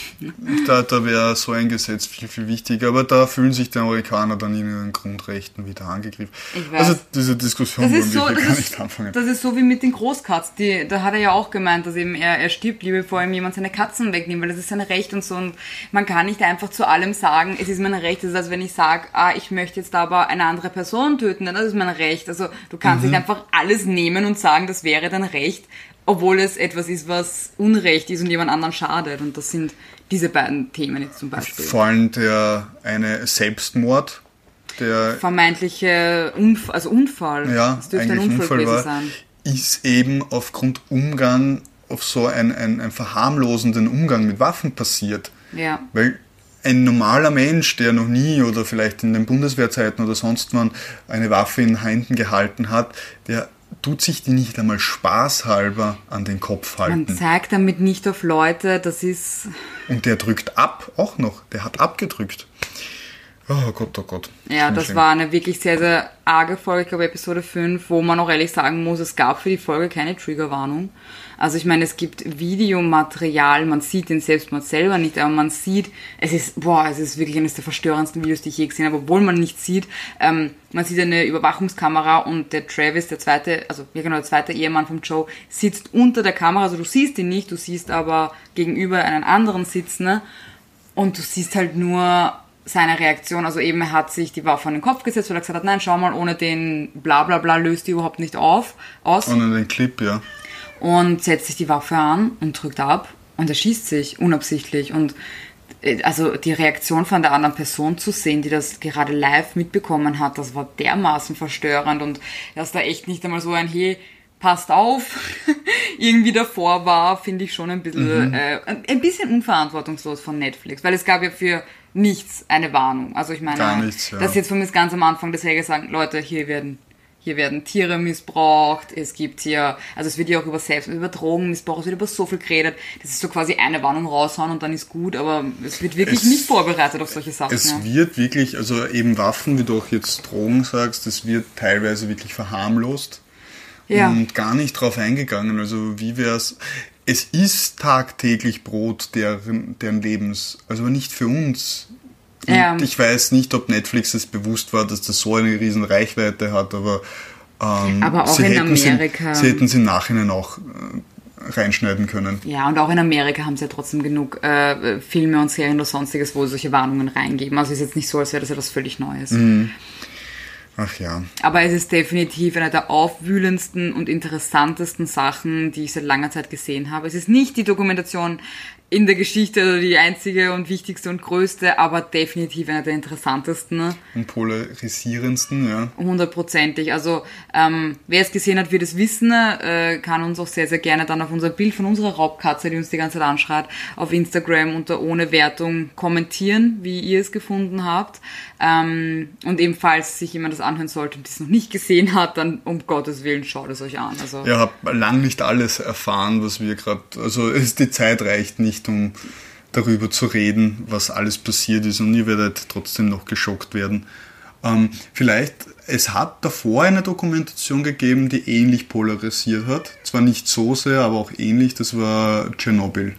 Da, da wäre so ein Gesetz viel, viel wichtiger, aber da fühlen sich die Amerikaner dann in ihren Grundrechten wieder angegriffen. Ich weiß. Also diese Diskussion wollen wir so, hier gar ist, nicht anfangen. Das ist so wie mit den Großkatzen. Die, da hat er ja auch gemeint, dass eben er, er stirbt lieber, bevor ihm jemand seine Katzen wegnimmt, weil das ist sein Recht und so. Und man kann nicht einfach zu allem sagen, es ist mein Recht. Das ist, als wenn ich sage, ah, ich möchte jetzt aber eine andere Person töten, dann das ist mein Recht. Also du kannst mhm. nicht einfach alles nehmen und sagen, das wäre dein Recht, obwohl es etwas ist, was Unrecht ist und jemand anderen schadet. Und das sind diese beiden Themen jetzt zum Beispiel. Vor allem der eine Selbstmord, der vermeintliche Unfall, also Unfall, ja, das dürfte ein Unfall, Unfall gewesen war, sein, ist eben aufgrund Umgang, auf so einen, einen, einen verharmlosenden Umgang mit Waffen passiert. Ja. Weil ein normaler Mensch, der noch nie oder vielleicht in den Bundeswehrzeiten oder sonst wann eine Waffe in Händen gehalten hat, der tut sich die nicht einmal spaßhalber an den Kopf halten. Man zeigt damit nicht auf Leute, das ist... Und der drückt ab, auch noch. Der hat abgedrückt. Oh Gott, oh Gott. Ja, das schlimm. War eine wirklich sehr, sehr arge Folge, ich glaube Episode fünf, wo man auch ehrlich sagen muss, es gab für die Folge keine Triggerwarnung. Also ich meine, es gibt Videomaterial, man sieht den Selbstmord selber nicht, aber man sieht, es ist, boah, es ist wirklich eines der verstörendsten Videos, die ich je gesehen habe, obwohl man nicht sieht, ähm, man sieht eine Überwachungskamera und der Travis, der zweite, also ja genau, der zweite Ehemann vom Joe, sitzt unter der Kamera, also du siehst ihn nicht, du siehst aber gegenüber einen anderen sitzen, ne? Und du siehst halt nur seine Reaktion, also eben er hat sich die Waffe an den Kopf gesetzt, weil er gesagt hat, nein, schau mal, ohne den Blablabla bla, bla, löst die überhaupt nicht auf, aus. Ohne den Clip, ja. Und setzt sich die Waffe an und drückt ab und er schießt sich unabsichtlich. Und also die Reaktion von der anderen Person zu sehen, die das gerade live mitbekommen hat, das war dermaßen verstörend und dass da echt nicht einmal so ein hey, passt auf, irgendwie davor war, finde ich schon ein bisschen, mhm. äh, ein bisschen unverantwortungslos von Netflix, weil es gab ja für nichts eine Warnung. Also ich meine, Gar nichts, ja. das jetzt von mir ganz am Anfang des Serie sagen, Leute, hier werden Hier werden Tiere missbraucht, es gibt hier, also es wird ja auch über Selbst, über Drogenmissbrauch, es wird über so viel geredet, das ist so quasi eine Warnung raushauen und dann ist gut, aber es wird wirklich es, nicht vorbereitet auf solche Sachen. Es ja. wird wirklich, also eben Waffen, wie du auch jetzt Drogen sagst, das wird teilweise wirklich verharmlost ja. und gar nicht drauf eingegangen, also wie wär's, es ist tagtäglich Brot deren, deren Lebens, also aber nicht für uns. Und ja. ich weiß nicht, ob Netflix es bewusst war, dass das so eine riesen Reichweite hat, aber, ähm, aber auch sie, in hätten Amerika. sie, sie hätten sie im Nachhinein auch äh, reinschneiden können. Ja, und auch in Amerika haben sie ja trotzdem genug äh, Filme und Serien oder sonstiges, wo sie solche Warnungen reingeben. Also es ist jetzt nicht so, als wäre das etwas völlig Neues. Mhm. Ach ja. Aber es ist definitiv eine der aufwühlendsten und interessantesten Sachen, die ich seit langer Zeit gesehen habe. Es ist nicht die Dokumentation in der Geschichte oder die einzige und wichtigste und größte, aber definitiv eine der interessantesten. Ne? Und polarisierendsten, ja. Hundertprozentig. Also ähm, wer es gesehen hat, wird es wissen, äh, kann uns auch sehr, sehr gerne dann auf unser Bild von unserer Raubkatze, die uns die ganze Zeit anschreit, auf Instagram unter ohne Wertung kommentieren, wie ihr es gefunden habt. Ähm, und ebenfalls sich jemand das anhören sollte und das noch nicht gesehen hat, dann um Gottes Willen schaut es euch an. Also ja, habe lang nicht alles erfahren, was wir gerade, also es, die Zeit reicht nicht, um darüber zu reden, was alles passiert ist und ihr werdet trotzdem noch geschockt werden. Ähm, vielleicht, es hat davor eine Dokumentation gegeben, die ähnlich polarisiert hat. Zwar nicht so sehr, aber auch ähnlich, das war Tschernobyl.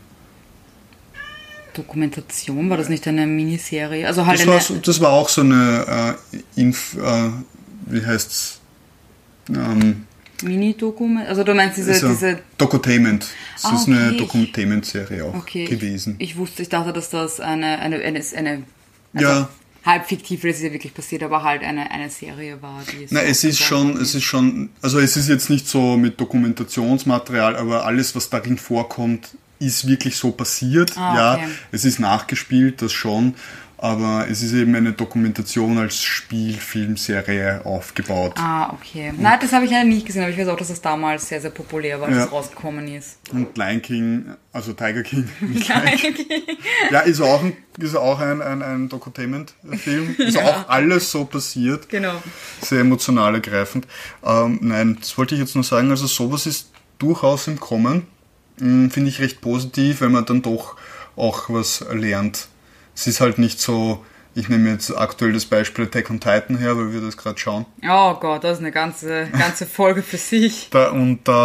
Dokumentation, war das nicht eine Miniserie? Also halt das, eine war so, das war auch so eine, äh, Inf, äh, wie heißt's? Ähm, Mini-Dokument? Also du meinst diese... Also diese Dokutainment. Das ah, ist okay. eine Dokument-Serie auch okay. gewesen. Ich, ich wusste, ich dachte, dass das eine... eine, eine, eine also ja. halb fiktiv, das ist ja wirklich passiert, aber halt eine, eine Serie war. Die Na, es ist schon, es ist schon, also es ist jetzt nicht so mit Dokumentationsmaterial, aber alles, was darin vorkommt, ist wirklich so passiert. Ah, ja, okay. es ist nachgespielt, das schon, aber es ist eben eine Dokumentation als Spielfilmserie aufgebaut. Ah, okay. Nein, das habe ich ja nicht gesehen, aber ich weiß auch, dass das damals sehr, sehr populär war, als ja. es rausgekommen ist. Und Lion King, also Tiger King. Lion King. Ja, ist auch ein, ist auch ein, ein, ein Dokutainment-Film. Ist ja. auch alles so passiert. Genau. Sehr emotional ergreifend. Ähm, nein, das wollte ich jetzt nur sagen, also sowas ist durchaus im Kommen. Finde ich recht positiv, weil man dann doch auch was lernt. Es ist halt nicht so, ich nehme jetzt aktuell das Beispiel Attack on Titan her, weil wir das gerade schauen. Oh Gott, das ist eine ganze, ganze Folge für sich. Da, und da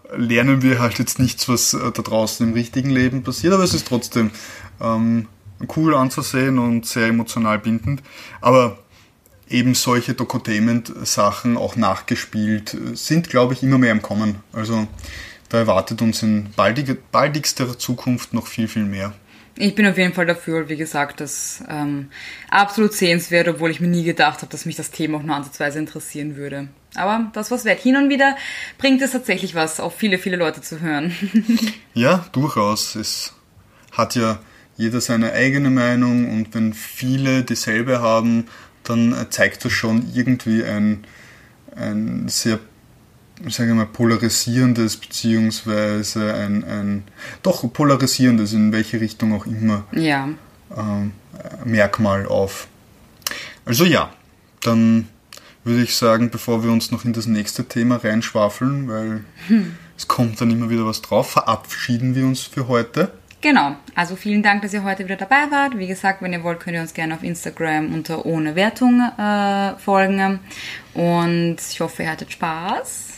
lernen wir halt jetzt nichts, was da draußen im richtigen Leben passiert, aber es ist trotzdem ähm, cool anzusehen und sehr emotional bindend. Aber eben solche Dokutainment-Sachen auch nachgespielt sind, glaube ich, immer mehr im Kommen. Also da erwartet uns in baldig, baldigster Zukunft noch viel, viel mehr. Ich bin auf jeden Fall dafür, wie gesagt, das ähm, absolut sehenswert, obwohl ich mir nie gedacht habe, dass mich das Thema auch nur ansatzweise interessieren würde. Aber das was wert. Hin und wieder bringt es tatsächlich was, auf viele, viele Leute zu hören. Ja, durchaus. Es hat ja jeder seine eigene Meinung und wenn viele dieselbe haben, dann zeigt das schon irgendwie ein, ein sehr, sagen wir mal, polarisierendes, beziehungsweise ein, ein doch polarisierendes, in welche Richtung auch immer, ja. ähm, Merkmal auf. Also ja, dann würde ich sagen, bevor wir uns noch in das nächste Thema reinschwafeln, weil hm. es kommt dann immer wieder was drauf, verabschieden wir uns für heute. Genau, also vielen Dank, dass ihr heute wieder dabei wart. Wie gesagt, wenn ihr wollt, könnt ihr uns gerne auf Instagram unter ohne Wertung äh, folgen. Und ich hoffe, ihr hattet Spaß.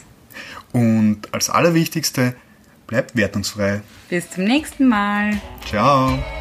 Und als Allerwichtigste, bleibt wertungsfrei. Bis zum nächsten Mal. Ciao.